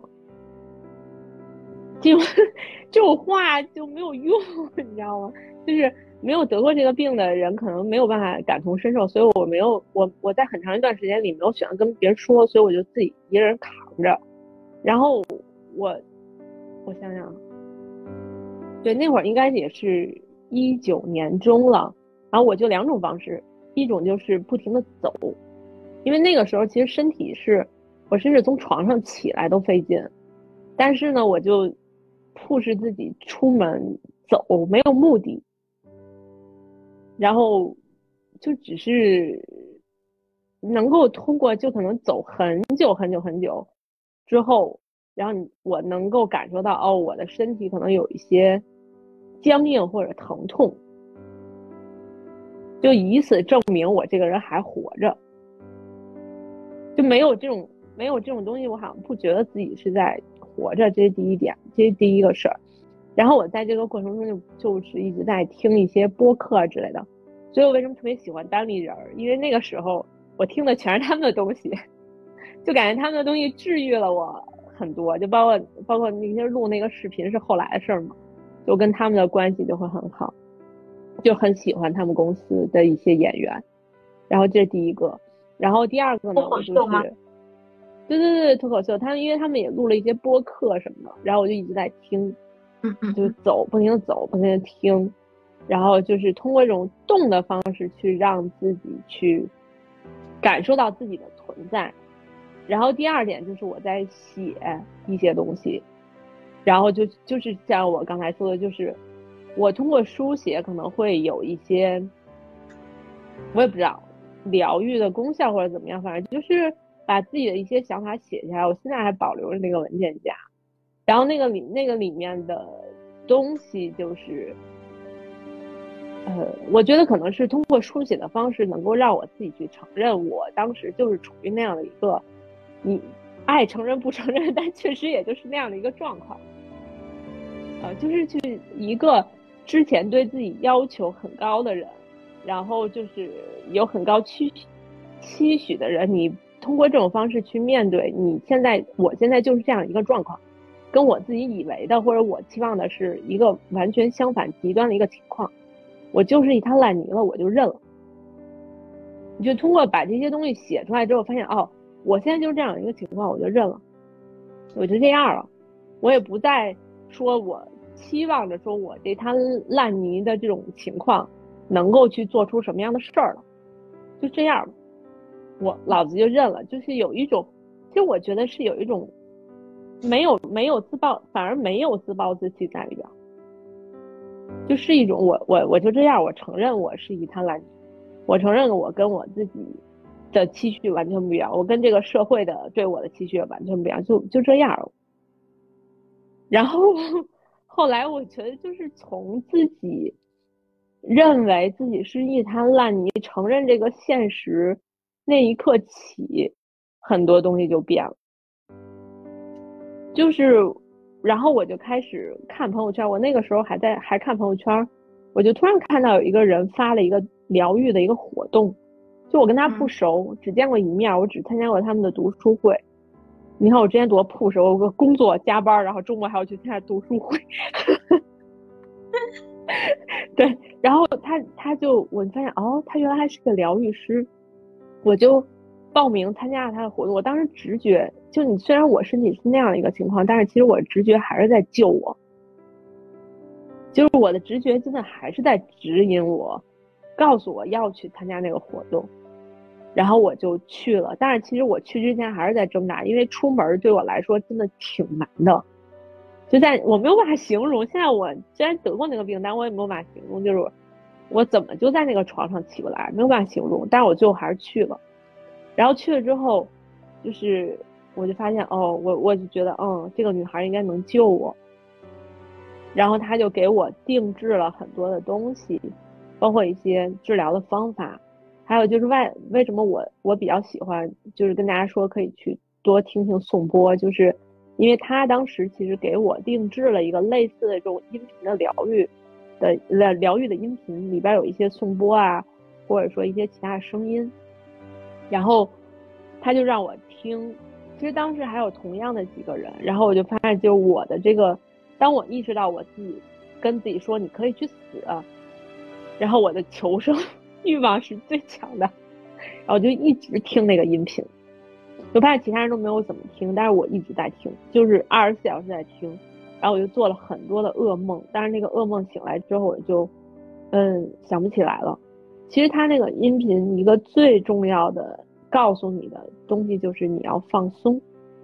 这种话就没有用，你知道吗？就是没有得过这个病的人可能没有办法感同身受，所以我在很长一段时间里没有选择跟别人说，所以我就自己一个人扛着。然后我想想，对，那会儿应该也是19年中了，然后我就2种方式，一种就是不停的走，因为那个时候其实身体我甚至从床上起来都费劲，但是呢我就push自己出门走，没有目的，然后就只是能够通过就可能走很久很久很久之后，然后我能够感受到我的身体可能有一些僵硬或者疼痛，就以此证明我这个人还活着。就没有这种东西，我好像不觉得自己是在活着，这是第一点，这是第一个事儿。然后我在这个过程中就是一直在听一些播客之类的，所以我为什么特别喜欢单立人，因为那个时候我听的全是他们的东西，就感觉他们的东西治愈了我很多，就包括那些录那个视频是后来的事儿嘛，就跟他们的关系就会很好，就很喜欢他们公司的一些演员。然后这是第一个，然后第二个呢，我就是对脱口秀，因为他们也录了一些播客什么的，然后我就一直在听，就不停的走，不停的听，然后就是通过这种动的方式去让自己去感受到自己的存在。然后第二点就是我在写一些东西，然后就是像我刚才说的，就是我通过书写可能会有一些我也不知道疗愈的功效或者怎么样，反正就是把自己的一些想法写下来，我现在还保留着那个文件夹。然后那个里面的东西就是我觉得可能是通过书写的方式能够让我自己去承认我当时就是处于那样的一个你爱承认不承认，但确实也就是那样的一个状况，就是去一个之前对自己要求很高的人，然后就是有很高期许的人，你通过这种方式去面对我现在就是这样一个状况，跟我自己以为的或者我期望的是一个完全相反极端的一个情况，我就是一滩烂泥了，我就认了。你就通过把这些东西写出来之后，发现我现在就是这样一个情况，我就认了，我就这样了，我也不再说我期望着说我这滩烂泥的这种情况能够去做出什么样的事儿了，就这样了，老子就认了。就是有一种，其实我觉得是有一种没有自暴，反而没有自暴自弃在里边，就是一种我就这样，我承认我是一滩烂泥，我承认我跟我自己的期许完全不一样，我跟这个社会的对我的期许完全不一样，就这样了。然后后来我觉得就是从自己认为自己是一滩烂泥，承认这个现实那一刻起，很多东西就变了。就是然后我就开始看朋友圈，我那个时候还看朋友圈，我就突然看到有一个人发了一个疗愈的一个活动，就我跟他不熟，只见过一面，我只参加过他们的读书会。你看我之前多push，我有个工作加班，然后周末还要去参加读书会。对，然后他就我发现他原来还是个疗愈师，我就报名参加了他的活动。我当时直觉就你虽然我身体是那样的一个情况，但是其实我直觉还是在救我，就是我的直觉真的还是在指引我，告诉我要去参加那个活动。然后我就去了，但是其实我去之前还是在挣扎，因为出门对我来说真的挺难的，我没有办法形容。现在我虽然得过那个病，但我也没有办法形容，就是我怎么就在那个床上起不来，没有办法形容。但是我最后还是去了，然后去了之后，就是我就发现我就觉得这个女孩应该能救我，然后她就给我定制了很多的东西，包括一些治疗的方法。还有就是为什么我比较喜欢，就是跟大家说可以去多听听颂钵，就是因为他当时其实给我定制了一个类似的这种音频的疗愈的音频，里边有一些颂钵啊，或者说一些其他的声音，然后他就让我听其实当时还有同样的几个人，然后我就发现，就我的这个，当我意识到我自己跟自己说你可以去死，然后我的求生欲望是最强的，然后我就一直听那个音频，就发现其他人都没有怎么听，但是我一直在听，就是24小时在听，然后我就做了很多的噩梦，但是那个噩梦醒来之后我就想不起来了。其实他那个音频一个最重要的告诉你的东西就是你要放松。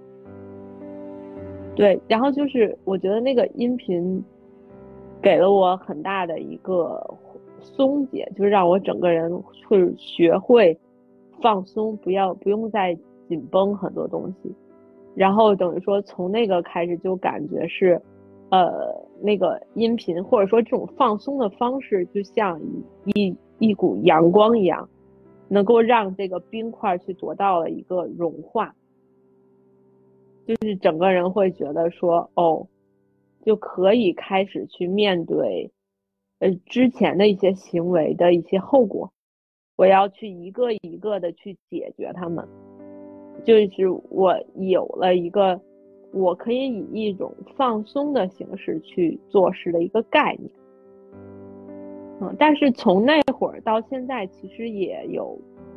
对，然后就是我觉得那个音频给了我很大的一个松解，就是让我整个人会学会放松，不用再紧绷很多东西。然后等于说从那个开始就感觉是那个音频或者说这种放松的方式就像一股阳光一样，能够让这个冰块去得到了一个融化，就是整个人会觉得说就可以开始去面对之前的一些行为的一些后果，我要去一个一个的去解决它们，就是我有了一个我可以以一种放松的形式去做事的一个概念。但是从那会儿到现在其实也有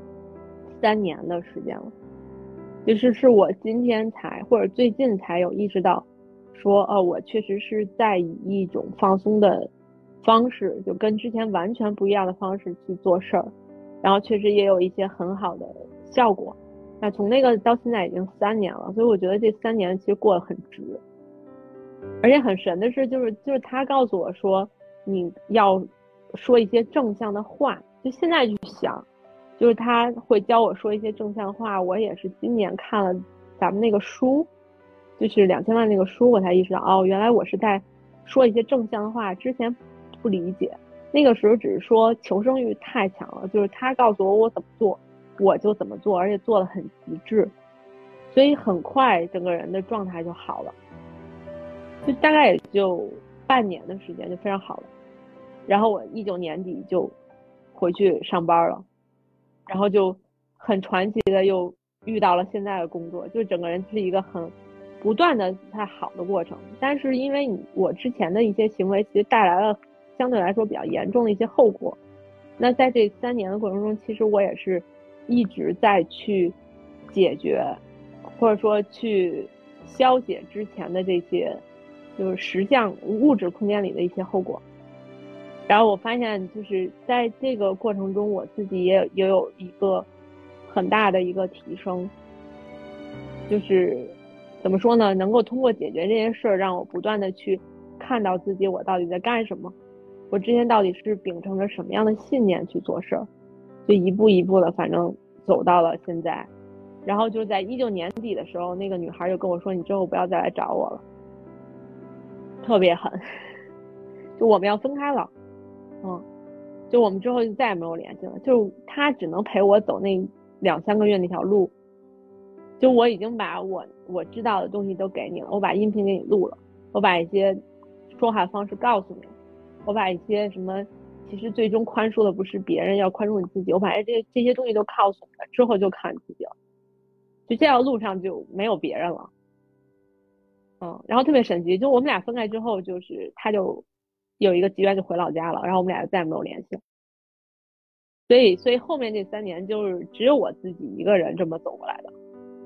3年的时间了，就是我今天才或者最近才有意识到说我确实是在以一种放松的方式，就跟之前完全不一样的方式去做事儿，然后确实也有一些很好的效果。那从那个到现在已经3年了，所以我觉得这3年其实过得很值。而且很神的是就是他告诉我说你要说一些正向的话，就现在去想，就是他会教我说一些正向话。我也是今年看了咱们那个书，就是2000万那个书，我才意识到原来我是在说一些正向的话，之前不理解，那个时候只是说求生欲太强了，就是他告诉我怎么做我就怎么做，而且做得很极致，所以很快整个人的状态就好了，就大概也就半年的时间就非常好了。然后我19年底就回去上班了，然后就很传奇的又遇到了现在的工作，就整个人是一个很不断的在好的过程。但是因为我之前的一些行为其实带来了相对来说比较严重的一些后果，那在这3年的过程中，其实我也是一直在去解决或者说去消解之前的这些就是实相物质空间里的一些后果。然后我发现就是在这个过程中我自己也有一个很大的一个提升，就是怎么说呢，能够通过解决这件事儿让我不断的去看到自己我到底在干什么，我之前到底是秉承着什么样的信念去做事儿，就一步一步的反正走到了现在。然后就在19年底的时候，那个女孩就跟我说你之后不要再来找我了，特别狠，就我们要分开了。就我们之后就再也没有联系了，就他只能陪我走那2-3个月那条路，就我已经把我知道的东西都给你了，我把音频给你录了，我把一些说话方式告诉你，我把一些什么其实最终宽恕的不是别人，要宽恕你自己，我把这些东西都告诉你了，之后就靠你自己了，就这条路上就没有别人了。然后特别神奇，就我们俩分开之后，就是他就有一个机缘就回老家了，然后我们俩就再也没有联系了。所以后面这3年就是只有我自己一个人这么走过来的。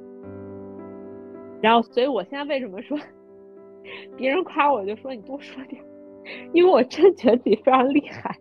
然后所以我现在为什么说别人夸我就说你多说点，因为我真觉得自己非常厉害。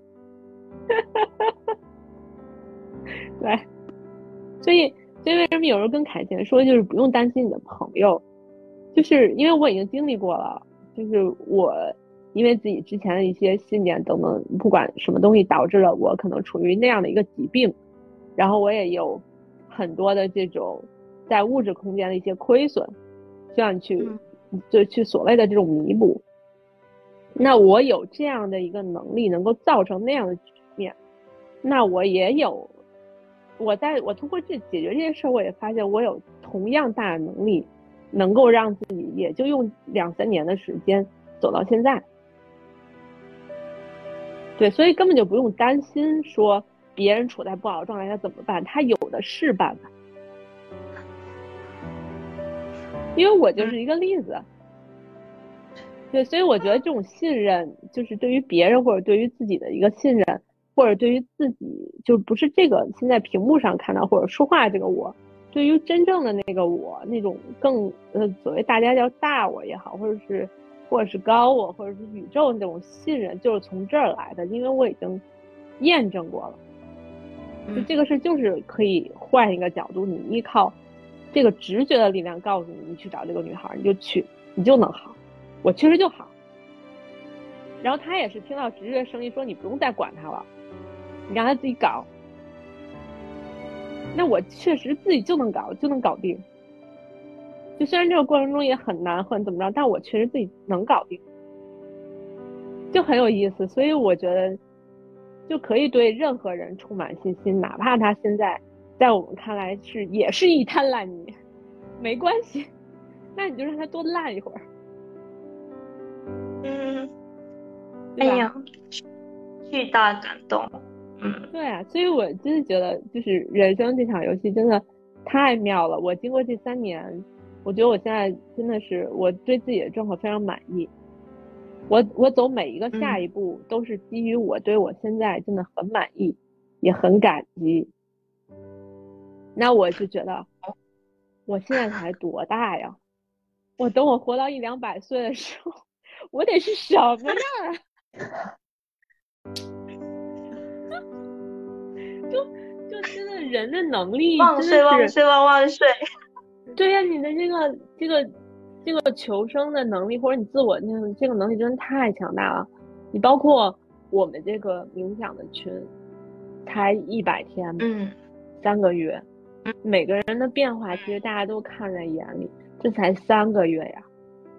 对，所以为什么有人跟凯贤说就是不用担心你的朋友，就是因为我已经经历过了，就是我因为自己之前的一些信念等等，不管什么东西导致了我可能处于那样的一个疾病，然后我也有很多的这种在物质空间的一些亏损，需要你去所谓的这种弥补。那我有这样的一个能力能够造成那样的局面，那我也有我通过解决这件事，我也发现我有同样大的能力能够让自己也就用2-3年的时间走到现在。对，所以根本就不用担心说别人处在不好的状态他怎么办，他有的是办法。 因为我就是一个例子。对，所以我觉得这种信任，就是对于别人或者对于自己的一个信任，或者对于自己，就不是这个现在屏幕上看到或者说话这个我，对于真正的那个我，那种更所谓大家叫大我也好，或者是高我，或者是宇宙那种信任，就是从这儿来的，因为我已经验证过了。就这个事就是可以换一个角度，你依靠这个直觉的力量告诉你，你去找这个女孩，你就去，你就能好。我确实就好。然后他也是听到直觉声音说你不用再管他了，你让他自己搞。那我确实自己就能搞定。就虽然这个过程中也很难很怎么着，但我确实自己能搞定，就很有意思。所以我觉得就可以对任何人充满信心，哪怕他现在在我们看来也是一滩烂泥，没关系，那你就让他多烂一会儿。 哎呀，巨大感动。 对啊，所以我真的觉得就是人生这场游戏真的太妙了。我经过这3年，我觉得我现在真的是我对自己的状况非常满意。我走每一个下一步都是基于我对我现在真的很满意，也很感激。那我就觉得我现在才多大呀？我等我活到100-200岁的时候，我得是什么样啊？就真的人的能力万岁万岁万岁！ 对呀，你的这个求生的能力，或者你自我这个能力真的太强大了。你包括我们这个冥想的群，才100天，3个月，每个人的变化其实大家都看在眼里，这才3个月呀，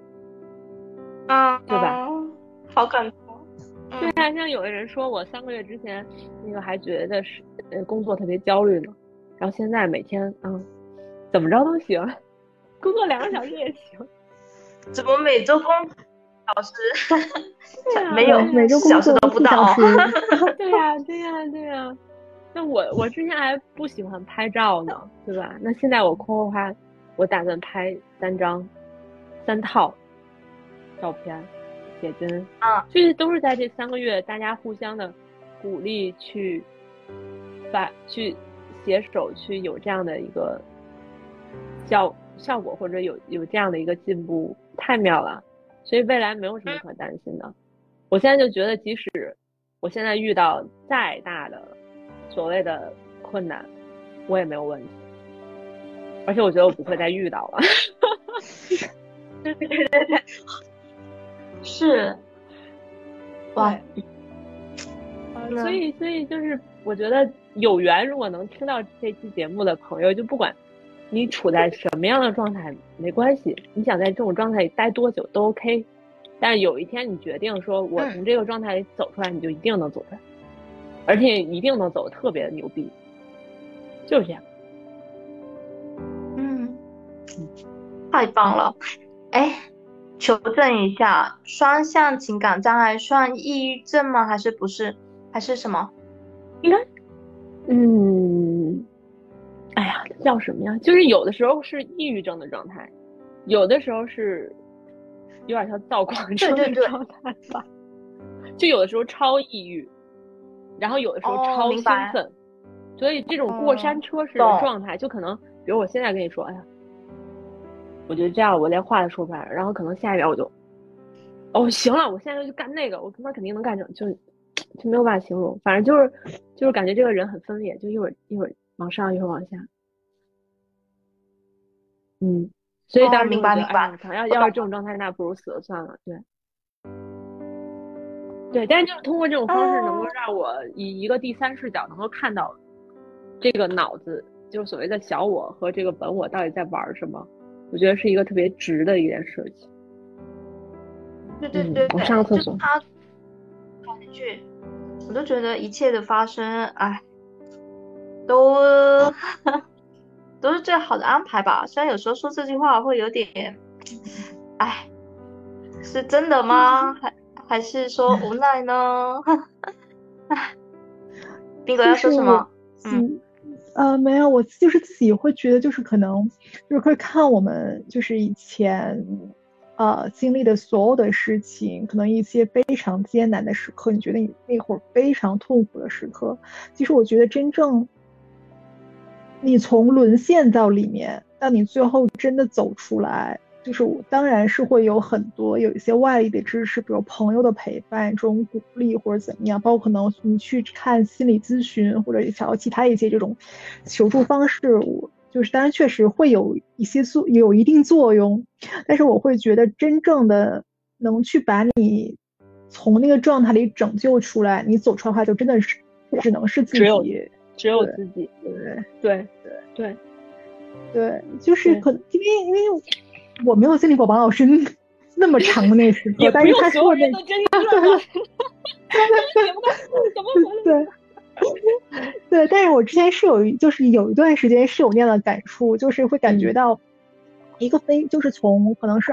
对吧？ 好感动。 对啊，像有的人说我3个月之前那个还觉得是工作特别焦虑呢，然后现在每天怎么着都行，工作2个小时也行。 怎么每周工小时？ 没有， 每周工作小时都不到。 对呀。那我之前还不喜欢拍照呢，对吧？那现在我空后花，我打算拍3套照片。写真这都是在这3个月大家互相的鼓励去携手去有这样的一个效果，或者有这样的一个进步，太妙了。所以未来没有什么可担心的。我现在就觉得即使我现在遇到再大的所谓的困难，我也没有问题，而且我觉得我不会再遇到了。 对，是，哇， 所以就是我觉得有缘，如果能听到这期节目的朋友，就不管你处在什么样的状态没关系，你想在这种状态里待多久都 OK， 但是有一天你决定说我从这个状态里走出来，你就一定能走出来，而且一定能走得特别的牛逼，就是这样。 太棒了。哎，求证一下，双向情感障碍算抑郁症吗？还是不是？还是什么？ 应该，哎呀，叫什么呀？就是有的时候是抑郁症的状态，有的时候是有点像躁狂症的状态吧。就有的时候超抑郁，然后有的时候超兴奋，所以这种过山车式的状态，就可能，比如我现在跟你说，哎呀，我觉得这样我连话都说不出来，然后可能下一秒我就，行了，我现在就去干那个，我他妈肯定能干成，就没有办法形容，反正就是感觉这个人很分裂，就一会儿往上，一会儿往下，所以当时明白， 要是这种状态，那不如死了算了，对，但是就是通过这种方式，能够让我以一个第三视角能够看到这个脑子，就是所谓的小我和这个本我到底在玩什么，我觉得是一个特别值的一件事情。 对， 我上厕所。 他讲一句，我都觉得一切的发生，哎，都是最好的安排吧。虽然有时候说这句话会有点，哎，是真的吗？还是说无奈呢？宾果要说什么？ 没有，我就是自己会觉得，就是可能就是会看我们就是以前经历的所有的事情，可能一些非常艰难的时刻，你觉得你那会儿非常痛苦的时刻，其实我觉得真正你从沦陷到里面，到你最后真的走出来，就是我当然是会有很多有一些外力的支持，比如朋友的陪伴、这种鼓励或者怎么样，包括可能你去看心理咨询或者想要其他一些这种求助方式，我就是当然确实会有一些有一定作用，但是我会觉得真正的能去把你从那个状态里拯救出来，你走出来的话，就真的是只能是自己。 只有自己，对，就是可能因为我没有经历过王老师那么长的那个时刻，但是他说的都经历了，怎么回来？ 对，但是我之前是有一段时间是有那样的感触，就是会感觉到一个就是从可能是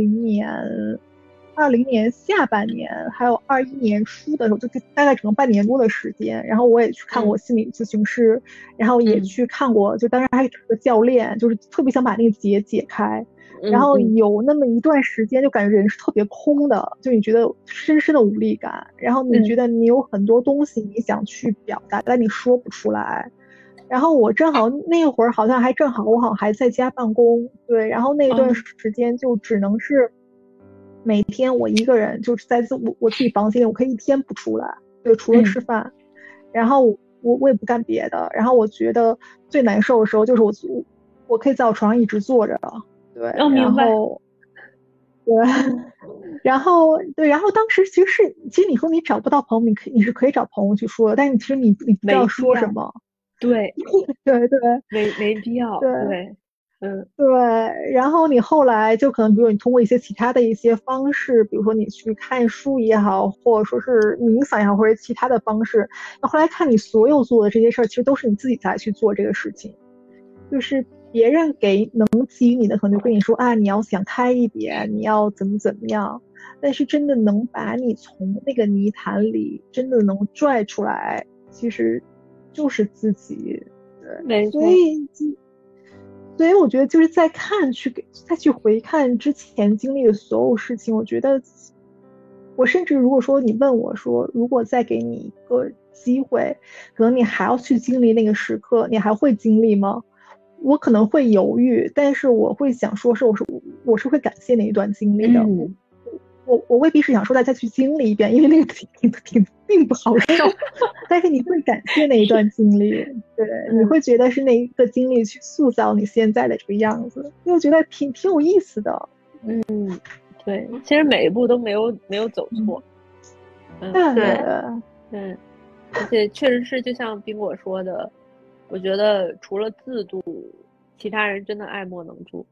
20年下半年，还有21年初的时候，就大概整个半年多的时间，然后我也去看过心理咨询师，然后也去看过，就当时还有个教练，就是特别想把那个结解开，然后有那么一段时间就感觉人是特别空的，就你觉得深深的无力感，然后你觉得你有很多东西你想去表达，但你说不出来。然后我正好那会儿我好像还在家办公，对，然后那段时间就只能是每天我一个人就是在我自己房间里，我可以一天不出来，对，除了吃饭，然后我也不干别的。然后我觉得最难受的时候就是我可以在我床上一直坐着，对，然后对，然后当时其实你说你找不到朋友，你是可以找朋友去说的，但是其实你不知道说什么， 对对， 没必要，对。 对，然后你后来就可能，比如你通过一些其他的一些方式，比如说你去看书也好，或者说是冥想也好，或者其他的方式，那后来看你所有做的这些事儿，其实都是你自己在去做这个事情，就是别人能给予你的，可能就跟你说啊，你要想开一点，你要怎么样，但是真的能把你从那个泥潭里真的能拽出来，其实就是自己，对，所以我觉得就是再去回看之前经历的所有事情，我觉得我甚至如果说你问我说，如果再给你一个机会，可能你还要去经历那个时刻，你还会经历吗？我可能会犹豫，但是我会想说我是会感谢那一段经历的。我未必是想说大家去经历一遍，因为那个并不好受，但是你会感谢那一段经历，对，你会觉得是那一个经历去塑造你现在的这个样子，我觉得挺有意思的。 对，其实每一步都没有走错。 对， 而且确实是就像冰果说的，我觉得除了自度，其他人真的爱莫能助。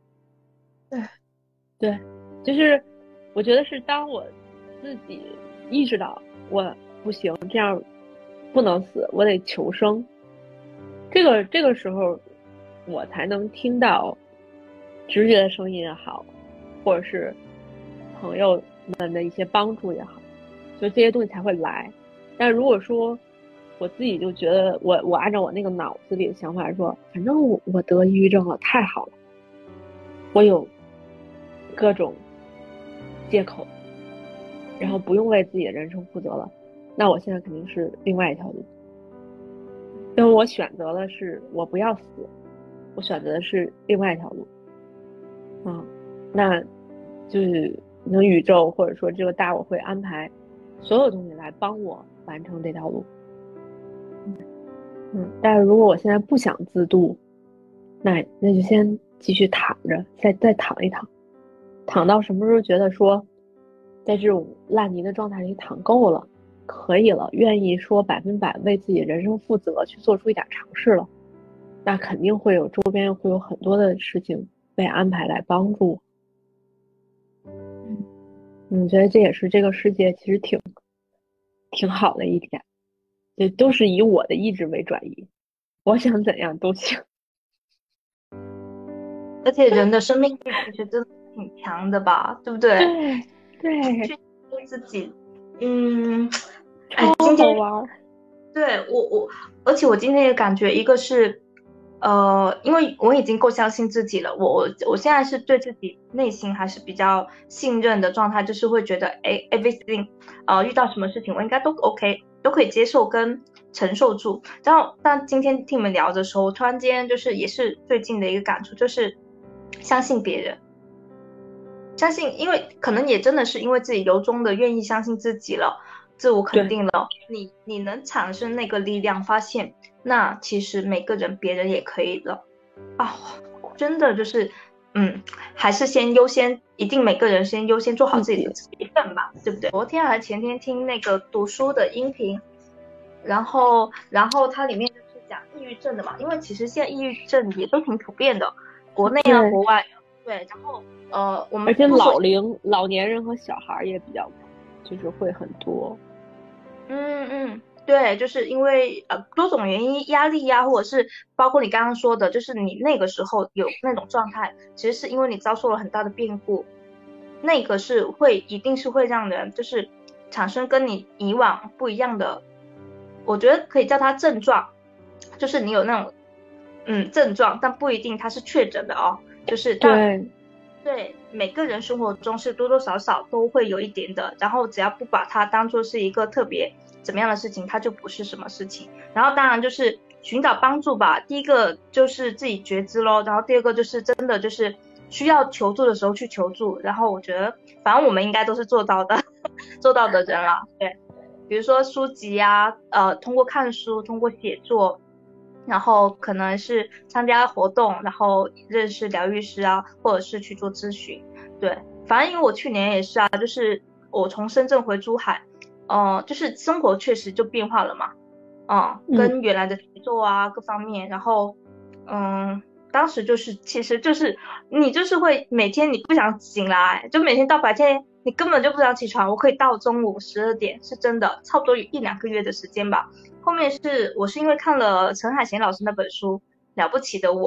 对，就是我觉得是当我自己意识到我不行，这样不能死，我得求生，这个时候我才能听到直觉的声音也好，或者是朋友们的一些帮助也好，就这些东西才会来。但如果说我自己就觉得我按照我那个脑子里的想法说，反正我得抑郁症了，太好了，我有各种借口，然后不用为自己的人生负责了，那我现在肯定是另外一条路，因为我选择了是我不要死，我选择的是另外一条路。那就是能宇宙或者说这个大我会安排所有东西来帮我完成这条路。但是如果我现在不想自渡，那就先继续躺着，再躺一躺，躺到什么时候觉得说在这种烂泥的状态里躺够了，可以了，愿意说100%为自己人生负责，去做出一点尝试了，那肯定会有周边会有很多的事情被安排来帮助。我觉得这也是这个世界其实挺好的一点，就都是以我的意志为转移，我想怎样都行。 而且人的生命力其实真的挺强的吧，对不对？ 对， 去自己， 超好玩。 对我，而且我今天也感觉一个是，因为我已经够相信自己了，我现在是对自己内心还是比较信任的状态，就是会觉得，哎，everything，遇到什么事情我应该都 OK，都可以接受跟承受住。然后，但今天听你们聊的时候，突然间就是也是最近的一个感触，就是相信别人。相信，因为可能也真的是因为自己由衷的愿意相信自己了，自我肯定了，你能产生那个力量，发现那其实每个人别人也可以的啊，真的就是，还是先优先，一定每个人先优先做好自己的一份吧，对不对？昨天还是前天听那个读书的音频，然后它里面就是讲抑郁症的嘛，因为其实现在抑郁症也都挺普遍的，国内啊国外，对，然后。我们而且老年人和小孩也比较，就是会很多。 对，就是因为多种原因，压力呀，或者是包括你刚刚说的，就是你那个时候有那种状态，其实是因为你遭受了很大的变故，那个是一定是会让人就是产生跟你以往不一样的，我觉得可以叫它症状，就是你有那种症状，但不一定它是确诊的哦，就是对，每个人生活中是多多少少都会有一点的，然后只要不把它当做是一个特别怎么样的事情，它就不是什么事情。然后当然就是寻找帮助吧，第一个就是自己觉知咯，然后第二个就是真的就是需要求助的时候去求助。然后我觉得反正我们应该都是做到的，做到的人啦。对，比如说书籍啊，通过看书，通过写作。然后可能是参加活动，然后认识疗愈师啊，或者是去做咨询。对，反正因为我去年也是啊，就是我从深圳回珠海，就是生活确实就变化了嘛，跟原来的节奏啊各方面，然后当时就是其实就是你就是会每天你不想醒来，就每天到白天你根本就不想起床，我可以到中午12点，是真的，差不多有1-2个月的时间吧。后面我是因为看了陈海贤老师那本书《了不起的我》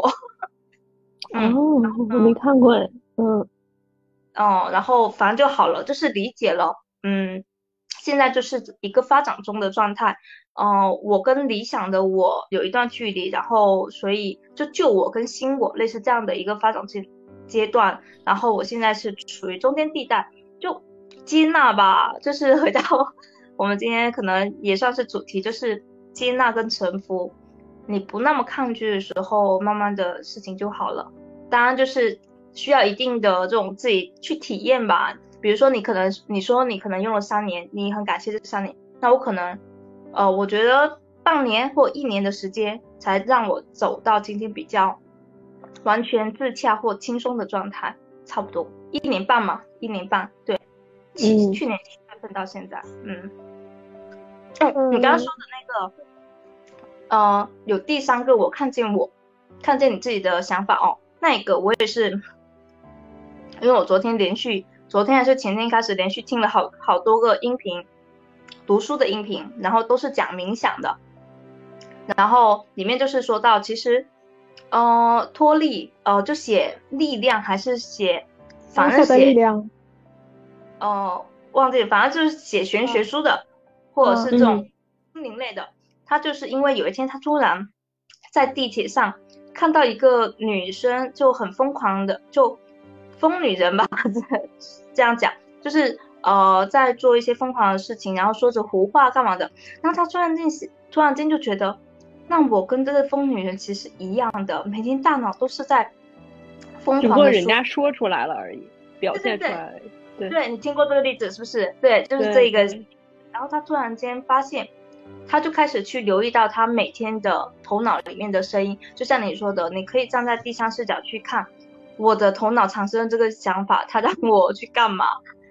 我没看过哎， 然后反正就好了，就是理解了，现在就是一个发展中的状态，我跟理想的我有一段距离，然后所以就旧我跟新我类似这样的一个发展阶段，然后我现在是处于中间地带，就接纳吧，就是回到我们今天可能也算是主题，就是接纳跟臣服。你不那么抗拒的时候，慢慢的事情就好了。当然就是需要一定的这种自己去体验吧。比如说你说你可能用了3年，你很感谢这3年，那我可能我觉得半年或1年的时间才让我走到今天比较完全自洽或轻松的状态，差不多1年半嘛，1年半，对，去年7月份到现在，你刚刚说的那个，有第3个我看见你自己的想法哦，那个我也是，因为我昨天还是前天开始连续听了好多个音频，读书的音频，然后都是讲冥想的，然后里面就是说到其实脱力就写力量还是写反正写力量忘记了，反正就是写玄学书的，或者是这种心灵类的，他就是因为有一天他突然在地铁上看到一个女生就很疯狂的，就疯女人吧这样讲，就是在做一些疯狂的事情，然后说着胡话干嘛的，然后他突然间就觉得，那我跟这个疯女人其实一样的，每天大脑都是在疯狂的， 只不过人家说出来了而已，表现出来了。 对，你听过这个例子是不是？对，就是这一个。然后他突然间发现，他就开始去留意到他每天的头脑里面的声音，就像你说的，你可以站在第三视角去看我的头脑产生的这个想法，他让我去干嘛？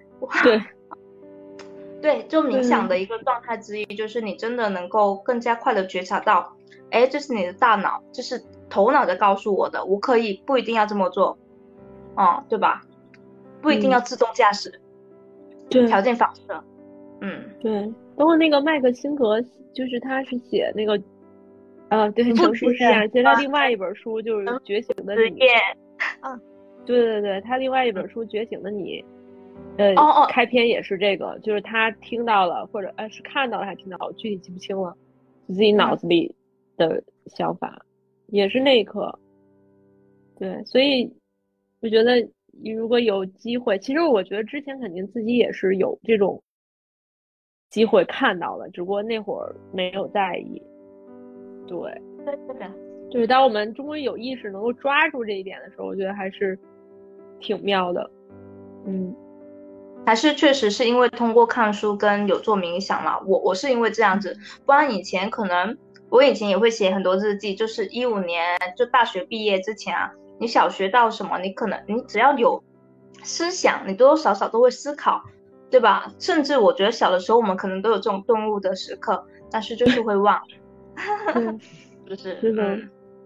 对，就冥想的一个状态之一，就是你真的能够更加快的觉察到，哎，这是你的大脑，这是头脑在告诉我的，我可以不一定要这么做，对吧？不一定要自动驾驶，条件反射， 对。包括那个麦克辛格，就是他是写那个，对，城市实验，其实他另外一本书就是《觉醒的你》，对，他另外一本书《觉醒的你》，开篇也是这个，就是他听到了或者是看到了还听到了，我具体记不清了， 自己脑子里的想法，也是那一刻。对，所以我觉得你如果有机会，其实我觉得之前肯定自己也是有这种机会看到了，只不过那会儿没有在意。对，对，当我们终于有意识能够抓住这一点的时候，我觉得还是挺妙的。 还是确实是因为通过看书跟有做冥想了，我是因为这样子，不然以前可能我以前也会写很多日记，就是15年就大学毕业之前啊，你小学到什么，你可能你只要有思想，你多多少少都会思考，对吧？甚至我觉得小的时候我们可能都有这种顿悟的时刻，但是就是会忘，就是是的。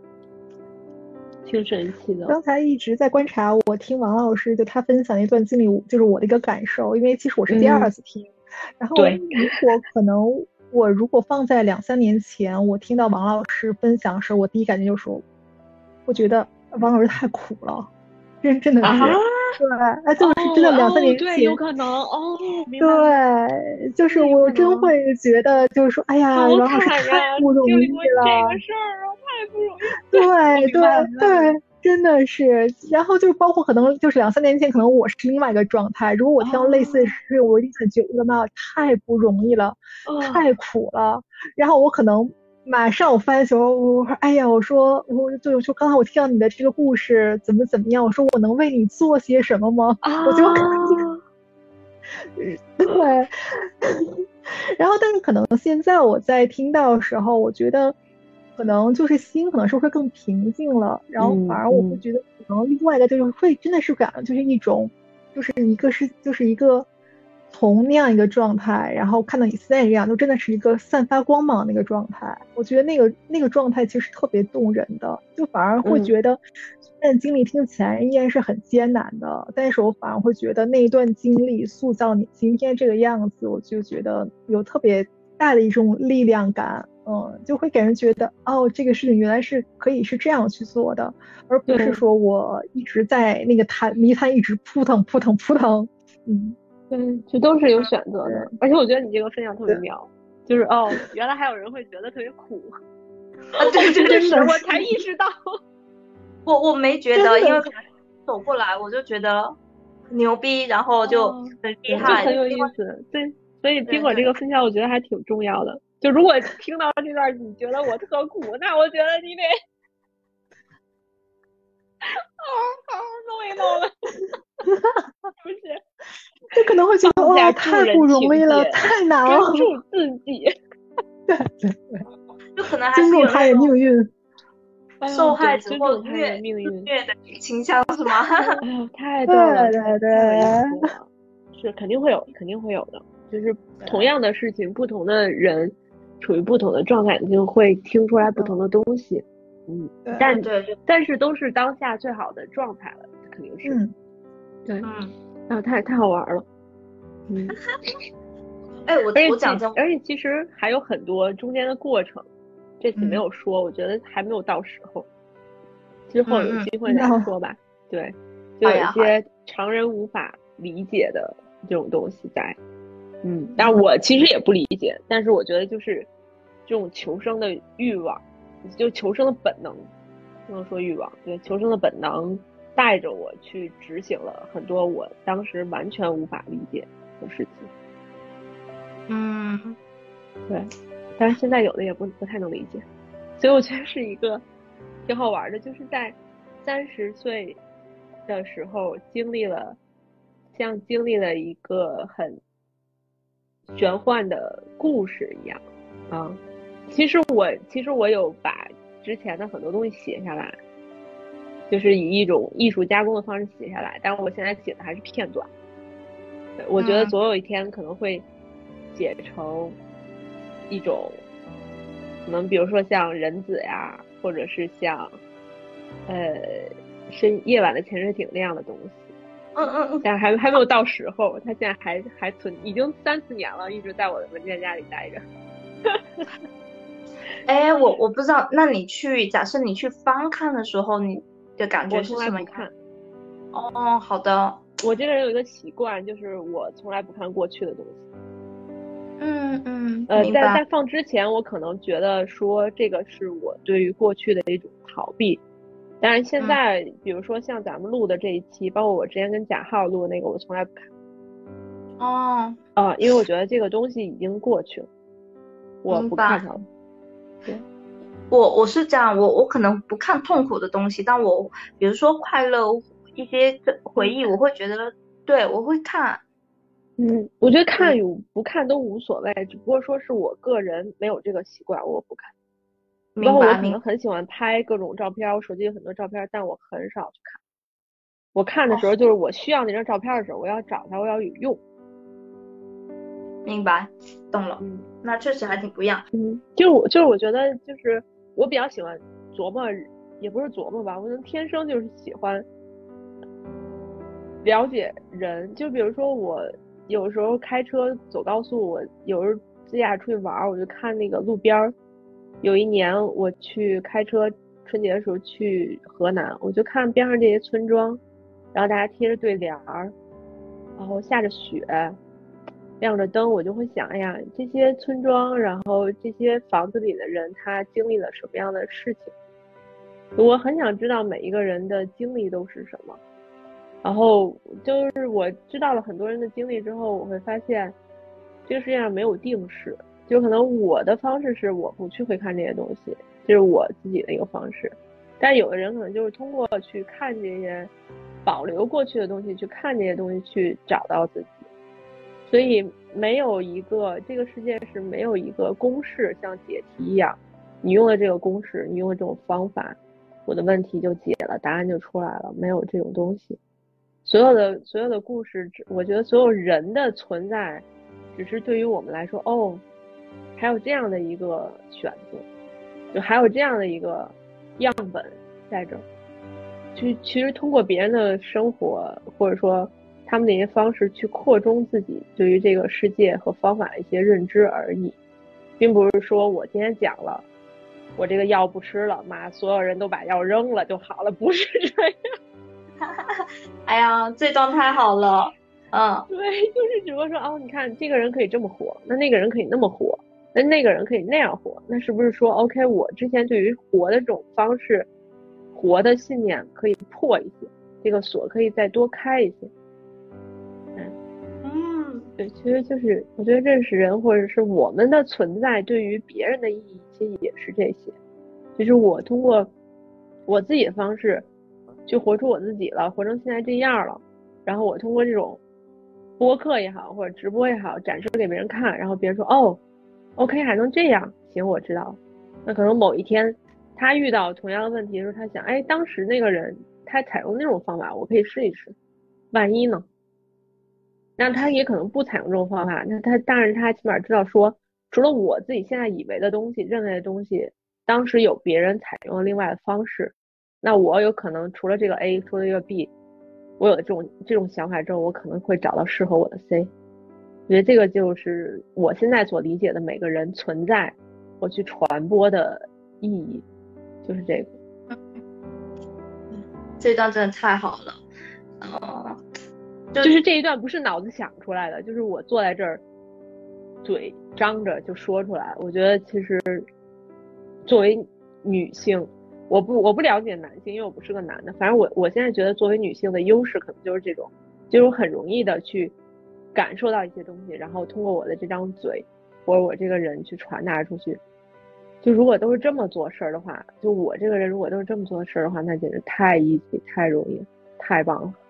挺神奇的。 刚才一直在观察，我听王老师就他分享一段经历，就是我的一个感受，因为其实我是第二次听。然后如果放在2-3年前，我听到王老师分享的时候，我第一感觉就是说，我觉得王老师太苦了，真的是，对，就是真的2-3年前， 对，有可能对，就是我真会觉得，就是说，哎呀，王老师太不容易了， 这个事儿啊，太不容易。 对，真的是。然后就包括可能就是2-3年前，可能我是另外一个状态。如果我听到类似的事，我一定会觉得妈太不容易了，太苦了。然后我可能马上我翻手，我说哎呀，我说刚才我听到你的这个故事怎么样，我说我能为你做些什么吗？我就对。然后但是可能现在我在听到的时候，我觉得可能就是心可能是会更平静了，然后反而我会觉得可能另外一个就是会真的是就是一种就是一个从那样一个状态，然后看到你现在这样，就真的是一个散发光芒的那个状态。我觉得那个状态其实特别动人的，就反而会觉得虽然经历听起来依然是很艰难的，但是我反而会觉得那一段经历塑造你今天这个样子，我就觉得有特别大的一种力量感。就会给人觉得哦，这个事情原来是可以是这样去做的，而不是说我一直在那个泥潭一直扑腾。 对，这都是有选择的。而且我觉得你这个分享特别妙，就是原来还有人会觉得特别苦啊，对， 真的是我才意识到。 我没觉得，因为走过来我就觉得牛逼，然后就很厉害， 很有意思。对，所以听我这个分享，我觉得还挺重要的。就如果听到这段你觉得我特苦，那我觉得你得弄一弄了，不是？ 就可能会觉得哇，太不容易了，太难了， 关注自己。 对， 就可能还是尊重他人命运， 受害者或虐的倾向是吗？ 哎呦，太逗了， 对， 是肯定会有的。就是同样的事情，不同的人处于不同的状态，就会听出来不同的东西。但是都是当下最好的状态了，肯定是。对，太好玩了。 我讲真， 而且其实还有很多中间的过程，这次没有说，我觉得还没有到时候，之后有机会再说吧。对，就有一些常人无法理解的这种东西在。但我其实也不理解，但是我觉得就是这种求生的欲望，就求生的本能，不能说欲望，对，求生的本能带着我去执行了很多我当时完全无法理解的事情。对，但是现在有的也不太能理解，所以我觉得是一个挺好玩的，就是在30岁的时候经历了一个很玄幻的故事一样啊。其实我有把之前的很多东西写下来，就是以一种艺术加工的方式写下来，但是我现在写的还是片段。对，我觉得总有一天可能会写成一种可能比如说像人子呀，或者是像夜晚的潜水艇那样的东西。但是还没有到时候，他现在还存，已经3-4年了，一直在我的文件夹里待着。 我不知道，那你假设你去翻看的时候，你的感觉是什么？ 我从来不看。 好的。 我这个人有一个习惯，就是我从来不看过去的东西。 明白。 在放之前，我可能觉得说这个是我对于过去的一种逃避，但是现在，比如说像咱们录的这一期，包括我之前跟贾浩录的那个，我从来不看。因为我觉得这个东西已经过去了，我不看它了。对， 我是这样，我可能不看痛苦的东西，但我比如说快乐一些回忆，我会觉得，对，我会看。 我觉得看与不看都无所谓，只不过说是我个人没有这个习惯，我不看。包括我可能很喜欢拍各种照片，我手机有很多照片，但我很少去看。我看的时候就是我需要那张照片的时候，我要找它，我要有用。 明白，懂了。那确实还挺不一样。 就是我觉得就是我比较喜欢琢磨，也不是琢磨吧，我天生就是喜欢了解人。就比如说我有时候开车走高速，我有时候自驾出去玩，我就看那个路边。有一年我去开车春节的时候去河南，我就看边上这些村庄，然后大家贴着对联儿，然后下着雪，亮着灯，我就会想，哎呀，这些村庄，然后这些房子里的人，他经历了什么样的事情？我很想知道每一个人的经历都是什么。然后就是我知道了很多人的经历之后，我会发现这个世界上没有定式，就可能我的方式是我不去会看这些东西，这是我自己的一个方式。但有的人可能就是通过去看这些保留过去的东西，去看这些东西，去找到自己。所以没有一个，这个世界是没有一个公式，像解题一样，你用了这个公式，你用了这种方法，我的问题就解了，答案就出来了，没有这种东西。所有的故事，我觉得所有人的存在，只是对于我们来说，还有这样的一个选择，就还有这样的一个样本在这儿。其实通过别人的生活，或者说他们的一些方式去扩充自己对于这个世界和方法的一些认知而已，并不是说我今天讲了，我这个药不吃了，所有人都把药扔了就好了，不是这样。 哎呀，这段太好了。 对，就是只不过说，你看这个人可以这么活，那个人可以那么活，那个人可以那样活，那是不是说 OK， 我之前对于活的这种方式，活的信念可以破一些，这个锁可以再多开一些。对，其实就是我觉得认识人或者是我们的存在对于别人的意义，其实也是这些。就是我通过我自己的方式去活出我自己了，活成现在这样了，然后我通过这种播客也好或者直播也好展示给别人看，然后别人说OK 还能这样，行，我知道。那可能某一天他遇到同样的问题的时候，他想，当时那个人他采用那种方法，我可以试一试，万一呢？那他也可能不采用这种方法，但是他起码知道说，除了我自己现在以为的东西、认为的东西，当时有别人采用了另外的方式，那我有可能除了这个 A， 除了这个 B， 我有这种想法之后，我可能会找到适合我的 C。我觉得这个就是我现在所理解的每个人存在或去传播的意义，就是这个。 这段真的太好了。 就是这一段不是脑子想出来的，就是我坐在这儿嘴张着就说出来。我觉得其实作为女性，我不了解男性，因为我不是个男的，反正我现在觉得作为女性的优势可能就是这种，就是我很容易的去感受到一些东西，然后通过我的这张嘴或者我这个人去传达出去。就如果都是这么做事儿的话，就我这个人如果都是这么做事儿的话，那简直太 easy， 太容易，太棒了。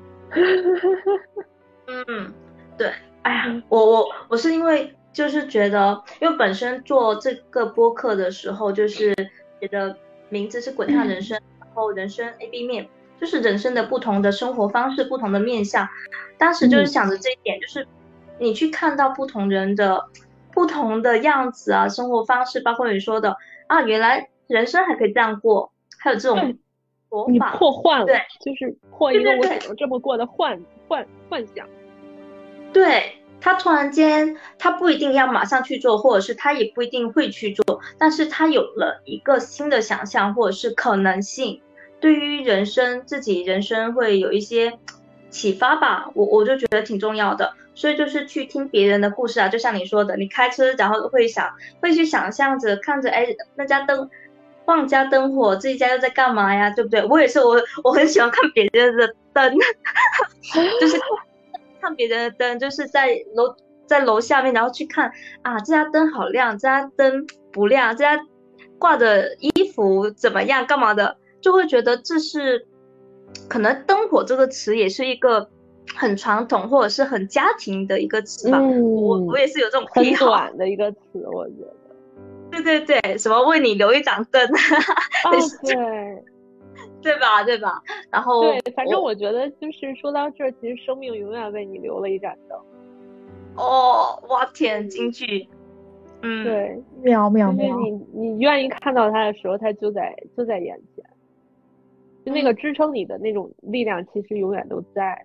对，哎呀，我是因为就是觉得，因为本身做这个播客的时候，就是觉得名字是滚烫人生，然后人生 AB 面，就是人生的不同的生活方式，不同的面向。当时就是想着这一点，就是你去看到不同人的不同的样子啊，生活方式，包括你说的原来人生还可以这样过，还有这种。 你破幻了， 对， 就是破一个我只能这么过的幻想。 对，他突然间，他不一定要马上去做，或者是他也不一定会去做，但是他有了一个新的想象或者是可能性，对于人生自己人生会有一些启发吧，我就觉得挺重要的。 所以就是去听别人的故事啊，就像你说的，你开车然后会去想象着看着，哎，那家万家灯火，这一家又在干嘛呀？对不对？我也是，我很喜欢看别人的灯，就是看别人的灯，就是在楼下面，然后去看啊，这家灯好亮，这家灯不亮，这家挂的衣服怎么样，干嘛的，就会觉得这是可能灯火这个词也是一个很传统或者是很家庭的一个词吧。我也是有这种很癖好。 短的一个词，我觉得。 对对对，什么为你留一盏灯， 对。 对吧？对吧？然后对，反正我觉得就是说到这儿，其实生命永远为你留了一盏灯。 哦，哇天，京剧， 对， 妙妙就是妙， 你愿意看到它的时候，它就在眼前，就那个支撑你的那种力量，其实永远都在。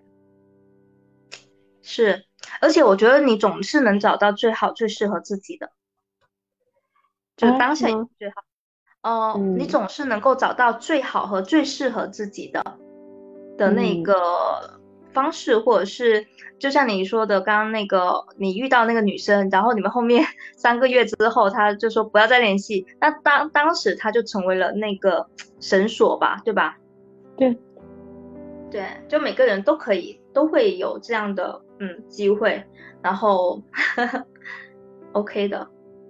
是，而且我觉得你总是能找到最好最适合自己的，就当下最好。你总是能够找到最好和最适合自己的那个方式，或者是就像你说的，刚刚那个你遇到那个女生，然后你们后面3个月之后，她就说不要再联系，那当时她就成为了那个绳索吧，对吧？ 对， 对，就每个人都会有这样的机会，然后OK 的，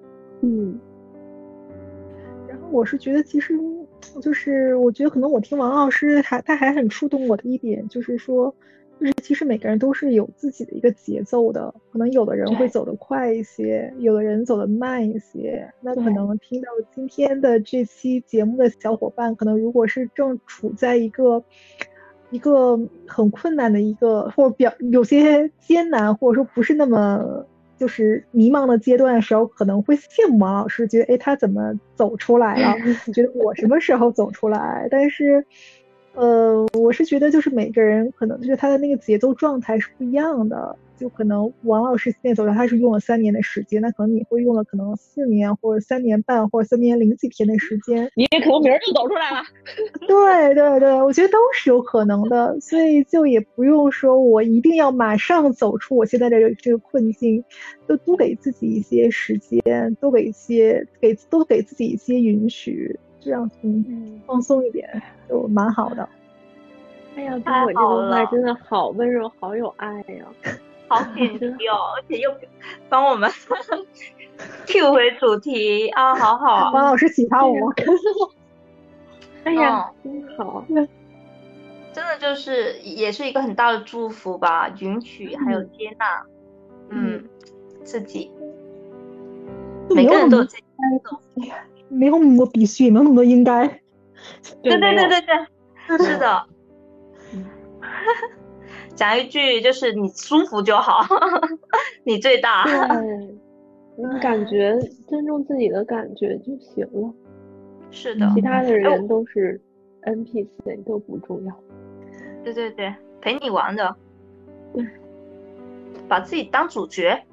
然后我是觉得，其实就是我觉得可能我听王老师他还很触动我的一点，就是说，就是其实每个人都是有自己的一个节奏的，可能有的人会走得快一些，有的人走得慢一些。那可能听到今天的这期节目的小伙伴，可能如果是正处在一个很困难的一个，或者有些艰难，或者说不是那么就是迷茫的阶段的时候，可能会羡慕王老师，觉得哎他怎么走出来了？觉得我什么时候走出来？但是，我是觉得就是每个人可能就是他的那个节奏状态是不一样的。就可能王老师现在走出来，他是用了3年的时间，那可能你会用了可能4年或者3年半或者3年零几天的时间， 你也可能明儿就走出来了。 对对对，我觉得都是有可能的，所以就也不用说我一定要马上走出我现在的这个困境，就多给自己一些时间，多给自己一些允许，这样放松一点就蛮好的。 哎呀，跟我这个话真的好温柔，好有爱呀， 好点题哦，而且又帮我们 Q 回主题啊，好好啊！ 王老师启发我， 哎呀，真好， 真的就是也是一个很大的祝福吧，允许还有接纳，自己，每个人都有自己的东西， 没有那么多必须，也没有那么多应该。 对，是的。讲一句就是你舒服就好，你最大。 对，你感觉尊重自己的感觉就行了。 是的， 其他的人都是 NPC，都不重要。 对，陪你玩的。 对， 把自己当主角。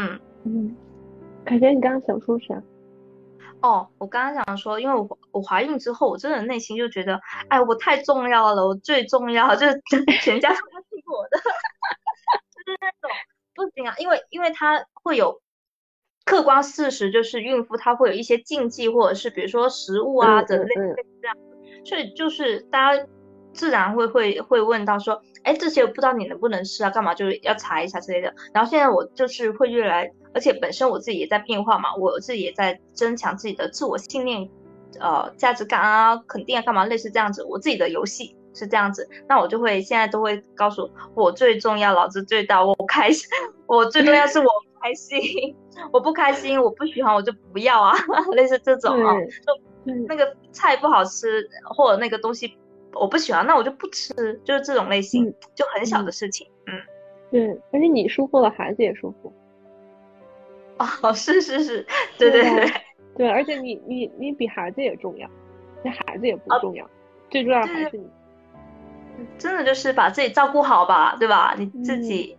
凯杰，你刚刚想说啥？ 哦，我刚刚想说，因为我怀孕之后，我真的内心就觉得，哎，我太重要了，我最重要，就是全家都要听我的，就是那种不行啊，因为它会有客观事实，就是孕妇她会有一些禁忌，或者是比如说食物啊等类这样，所以就是大家自然会问到说，哎，这些我不知道你能不能吃啊，干嘛就是要查一下之类的。然后现在我就是会越来，而且本身我自己也在变化嘛，我自己也在增强自己的自我信念，价值感啊，肯定啊，干嘛类似这样子，我自己的游戏是这样子，那我就会现在都会告诉我最重要，老子最大，我开心，我最重要是我开心，我不开心，我不喜欢我就不要啊，类似这种啊，就那个菜不好吃或者那个东西我不喜欢，那我就不吃，就是这种类型，就很小的事情， 对，而且你舒服了，孩子也舒服。 哦，是，对， 对，而且你比孩子也重要，那孩子也不重要，最重要的还是你。 真的就是把自己照顾好吧，对吧？你自己，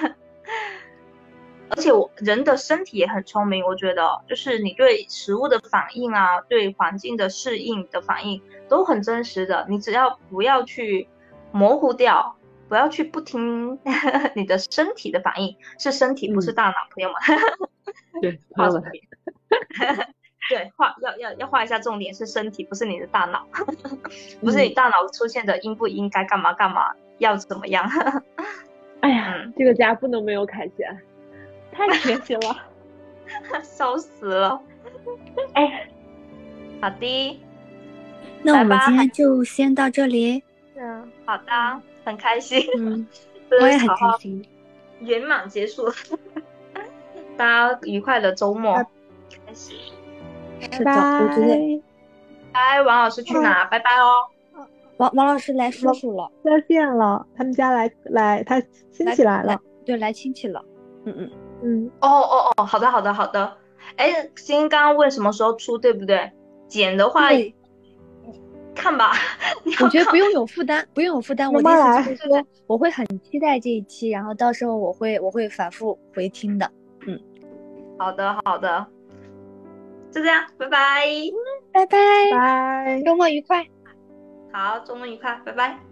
而且人的身体也很聪明，我觉得就是你对食物的反应啊，对环境的适应的反应都很真实的，你只要不要去模糊掉， 不要去不听你的身体的反应，是身体不是大脑，朋友们。 对，朋友们， 对，要画一下重点，是身体，不是你的大脑，不是你大脑出现的应不应该干嘛干嘛，要怎么样。 哎呀，这个家不能没有凯旋，太贴心了， 笑死了。哎，好的， 那我们今天就先到这里。 好的，很开心， 我也很开心， 圆满结束，大家愉快的周末开始。 是的，我觉得。 哎，王老师去哪？拜拜哦。 王老师来叔叔了， 再见了，他们家来，他亲戚来了， 对，来亲戚了。 哦，好的。哎，星刚刚问什么时候出，对不对？剪的话，看吧。 我觉得不用有负担，不用有负担。我的意思就是说，我会很期待这一期，然后到时候我会反复回听的。 好的，就这样，拜拜， 拜拜， 拜， 周末愉快。 好，周末愉快，拜拜。